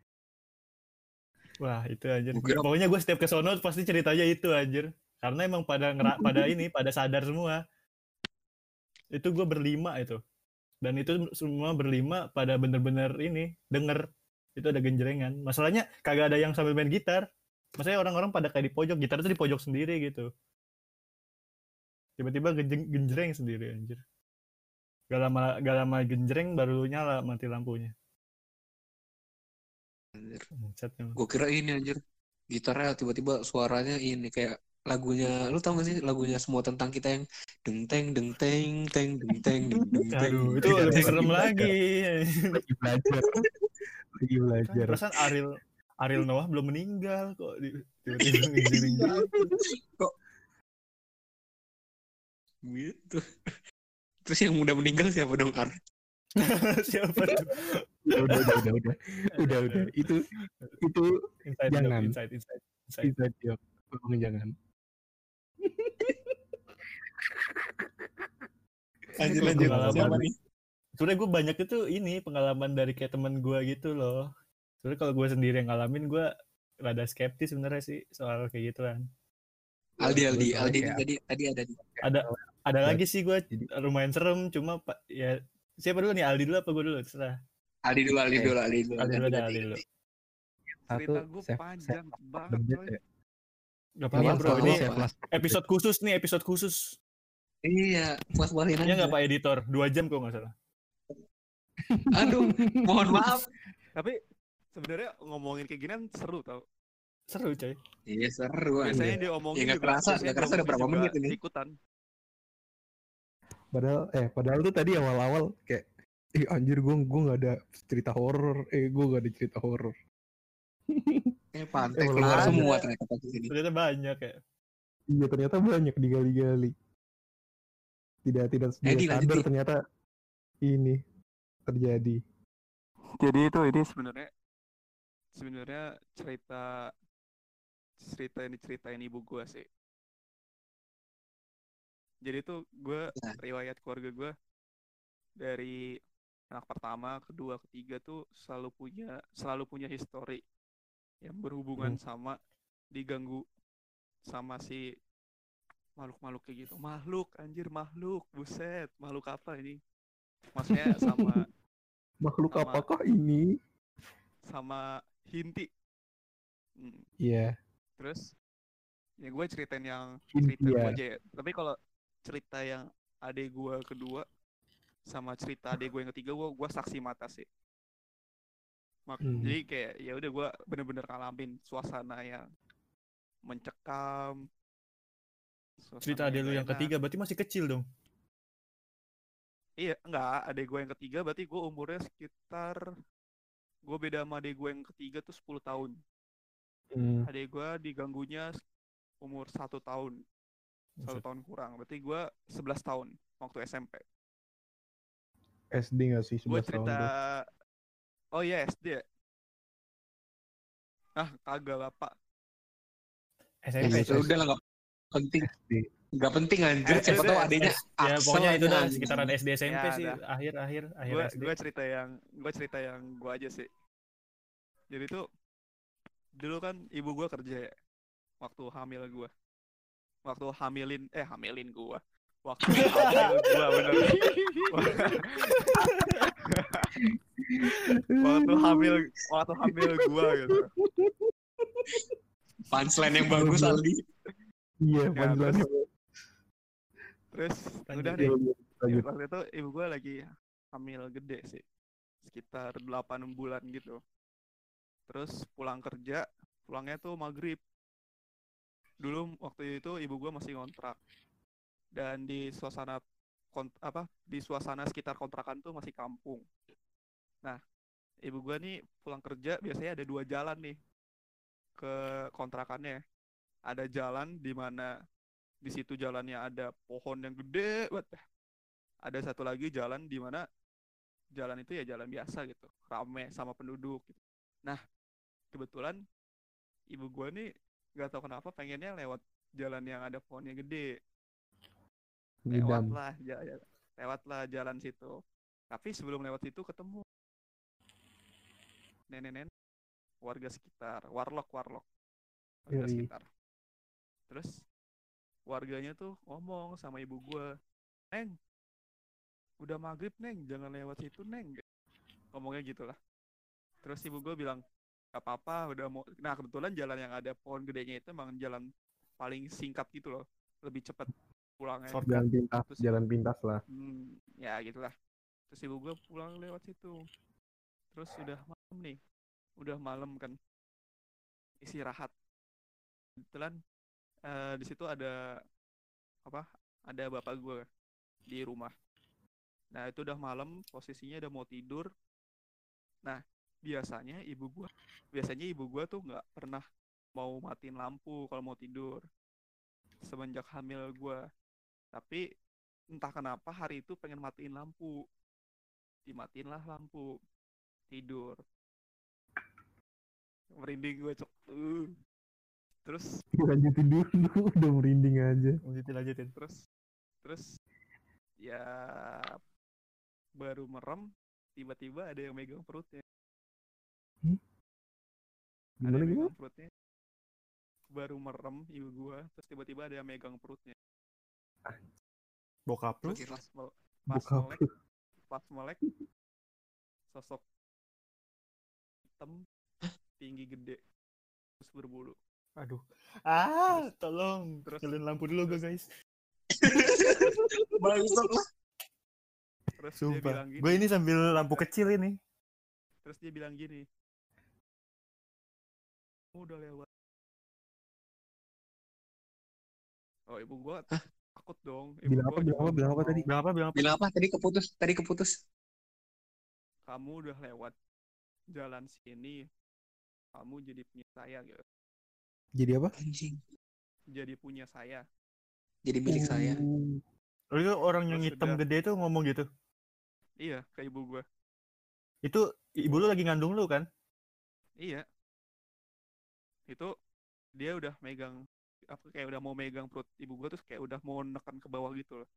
Wah itu anjir, pokoknya gue setiap kesono pasti ceritanya itu anjir, karena emang pada sadar semua. Itu gue berlima itu, dan itu semua berlima pada bener-bener ini denger itu ada genjrengan. Masalahnya kagak ada yang sambil main gitar, maksudnya orang-orang pada kayak di pojok, gitar itu di pojok sendiri gitu, tiba-tiba genjreng sendiri anjir. Gak lama genjreng baru nyala mati lampunya. Anjir. Bangsat emang. Gue kira ini anjir. Gitarnya tiba-tiba suaranya ini kayak lagunya, lu tau gak sih lagunya Semua Tentang Kita yang deng teng deng teng teng deng teng deng deng teng. Aduh, itu Tidak, lebih lagi serem belajar. lagi. Lagi belajar. Lagi Kan belajar. perasaan Ariel Noah belum meninggal kok tiba-tiba ngirim gitu. Kok gitu. Terus yang muda meninggal siapa dong, Ar? Siapa tuh? Udah. Itu Inside joke, jangan. inside. Bisa jawab. Tolong jangan. Lanjut Pengalaman. siapa nih? Sebenarnya gue banyak itu ini pengalaman dari kayak teman gue gitu loh. Sebenarnya kalau gue sendiri yang ngalamin, gue rada skeptis sebenarnya sih soal kayak gitu kan. Aldi Soalnya ini kayak tadi ada nih. Ada lagi sih gue Jadi- lumayan serem, cuma ya siapa dulu nih, Aldi dulu apa gue dulu, terserah. Aldi dulu. Aldi dulu. Cerita satu gue save panjang the banget bed coy. ya. Gak Ini apa-apa yang bro, selalu ini save last. episode khusus nih, episode khusus. Iya, puas-puasin Iya aja. nggak Pak Editor, 2 jam kok nggak salah. Aduh, mohon maaf. Tapi sebenarnya ngomongin kayak gini seru tau. Seru coy. Iya, seru. Biasanya anjir. dia omongin Ya, nggak juga, kerasa biasanya udah dia berapa omongin menit juga ini. ikutan. Padahal tuh tadi awal-awal kayak anjir gue nggak ada cerita horor. Gue nggak ada cerita horor. Pantai Belum keluar ada. semua ternyata pas di sini. Ternyata banyak ya. Iya ternyata banyak digali-gali. Tidak Edi, sadar lanjut, Di. ternyata ini terjadi. Jadi itu ini sebenarnya cerita yang diceritain ibu gue sih. Jadi tuh gue Nah. riwayat keluarga gue dari anak pertama, kedua, ketiga tuh selalu punya histori yang berhubungan sama diganggu sama si makhluk kayak gitu. Makhluk, buset, makhluk apa ini? Maksudnya sama Makhluk Sama- apakah ini? sama Hinti. Iya. Terus ya gue ceritain yang Hinti cerita gue ya. aja ya. Tapi kalau cerita yang adik gue kedua sama cerita adik gue yang ketiga, gue saksi mata sih. Jadi kayak ya udah gue bener-bener ngalamin suasana yang mencekam. Cerita adek lu yang enak. ketiga berarti masih kecil dong. Iya, enggak, adik gue yang ketiga berarti gue umurnya sekitar, gue beda sama adik gue yang ketiga tuh 10 tahun. Adik gue diganggunya umur 1 tahun. 1 tahun kurang, berarti gue 11 tahun waktu SMP. SD nggak sih Gue 11 tahun cerita, tuh? oh iya SD ya? Ah, kagak lah Pak. SMP. Ya udah lah, nggak penting. SD. Nggak penting anjir. Siapa tahu adanya Ya Axel pokoknya itu aja, dah anjing. sekitaran SD SMP Ya, sih, dah. akhir SD. Gue cerita yang gue aja sih. Jadi tuh dulu kan ibu gue kerja ya, waktu hamil gue, waktu hamilin gue, waktu hamil gue bener. waktu hamil gue gitu. Punchline yang bagus, Aldi. Iya, Ya, panggilannya. Terus Lanjut. udah deh. Lanjut. Waktu itu ibu gue lagi hamil gede sih, sekitar 8 bulan gitu. Terus pulangnya tuh maghrib. Dulu waktu itu ibu gue masih ngontrak, dan di suasana sekitar kontrakan tuh masih kampung. Nah, ibu gue nih pulang kerja biasanya ada 2 jalan nih ke kontrakannya. Ada jalan di mana di situ jalannya ada pohon yang gede banget. Ada satu lagi jalan di mana jalan itu ya jalan biasa gitu, rame sama penduduk gitu. Nah, kebetulan ibu gue nih nggak tahu kenapa pengennya lewat jalan yang ada pohonnya gede. Ngidam. Lewatlah jalan situ. Tapi sebelum lewat situ ketemu nenek-nenek warga sekitar, warlock warga Yoi. sekitar. Terus warganya tuh ngomong sama ibu gue, "Neng, udah maghrib Neng, jangan lewat situ Neng." Ngomongnya gitulah. Terus ibu gue bilang, "Gak apa-apa, udah mau." Nah, kebetulan jalan yang ada pohon gedenya itu emang jalan paling singkat gitu loh, lebih cepat pulangnya. Jalan pintas lah. Ya gitulah. Terus ibu gue pulang lewat situ. Terus udah malam nih. udah malam kan, istirahat. Kebetulan di situ ada apa? Ada bapak gue di rumah. Nah itu udah malam, posisinya udah mau tidur. Nah biasanya ibu gue tuh nggak pernah mau matiin lampu kalau mau tidur semenjak hamil gue. Tapi entah kenapa hari itu pengen matiin lampu, dimatiin lah lampu, tidur. Merinding gue cok. Terus Lanjutin dulu, udah merinding aja. Lanjutin. terus ya baru merem, tiba-tiba ada yang megang perutnya. Ada Gimana yang gimana? megang perutnya. Baru merem ibu gua, terus tiba-tiba ada yang megang perutnya. Bokap lu? Kira Bokap. Pas melek, sosok hitam, tinggi gede, terus berbulu. Aduh. Tolong. Terus- Nyalain lampu dulu guys. bangsat lah. Terus dia Sumpah. bilang gini. Gue ini sambil lampu kecil ini. Terus dia bilang gini. Udah lewat. Oh ibu gua takut dong. Ibu Bilang gua apa, juga bilang apa nggak tadi? mau. Bilang apa? Bilang apa? Tadi keputus. Kamu udah lewat jalan sini, kamu jadi punya saya gitu. Jadi apa? Anjing. Jadi punya saya. Jadi milik saya. Lu itu orang yang Terus hitam udah. gede tuh ngomong gitu. Iya, ke ibu gua. Itu ibu lu lagi ngandung lu kan? Iya. Itu dia udah megang apa kayak udah mau megang perut ibu gua, terus kayak udah mau nekan ke bawah gitu loh.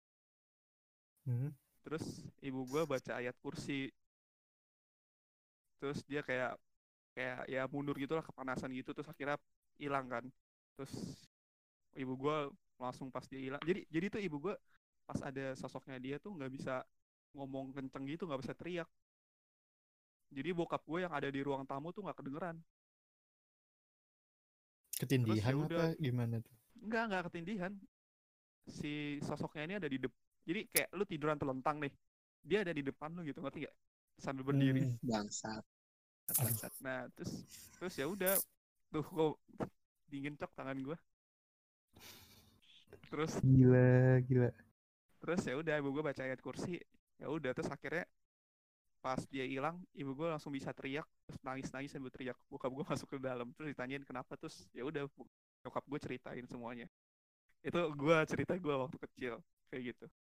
Terus ibu gua baca ayat kursi. Terus dia kayak ya mundur gitu lah, kepanasan gitu, terus akhirnya hilang kan. Terus ibu gua langsung pas dia hilang. Jadi tuh ibu gua pas ada sosoknya dia tuh nggak bisa ngomong kenceng gitu, nggak bisa teriak. Jadi bokap gue yang ada di ruang tamu tuh nggak kedengeran. Ketindihan Terus ya udah. apa gimana tuh? Nggak ketindihan. Si sosoknya ini ada di depan. Jadi kayak lu tiduran telentang nih, dia ada di depan lu gitu, ngerti gak? Sambil berdiri. Bangsat. Nah terus ya udah tuh kok dingin cok tangan gue. Terus Gila. terus ya udah ibu gue baca ayat kursi. Ya udah terus akhirnya pas dia hilang, ibu gue langsung bisa teriak, terus nangis sambil teriak. Bokap gue masuk ke dalam, terus ditanyain kenapa, terus ya udah bokap gue ceritain semuanya. Itu gue cerita gue waktu kecil kayak gitu.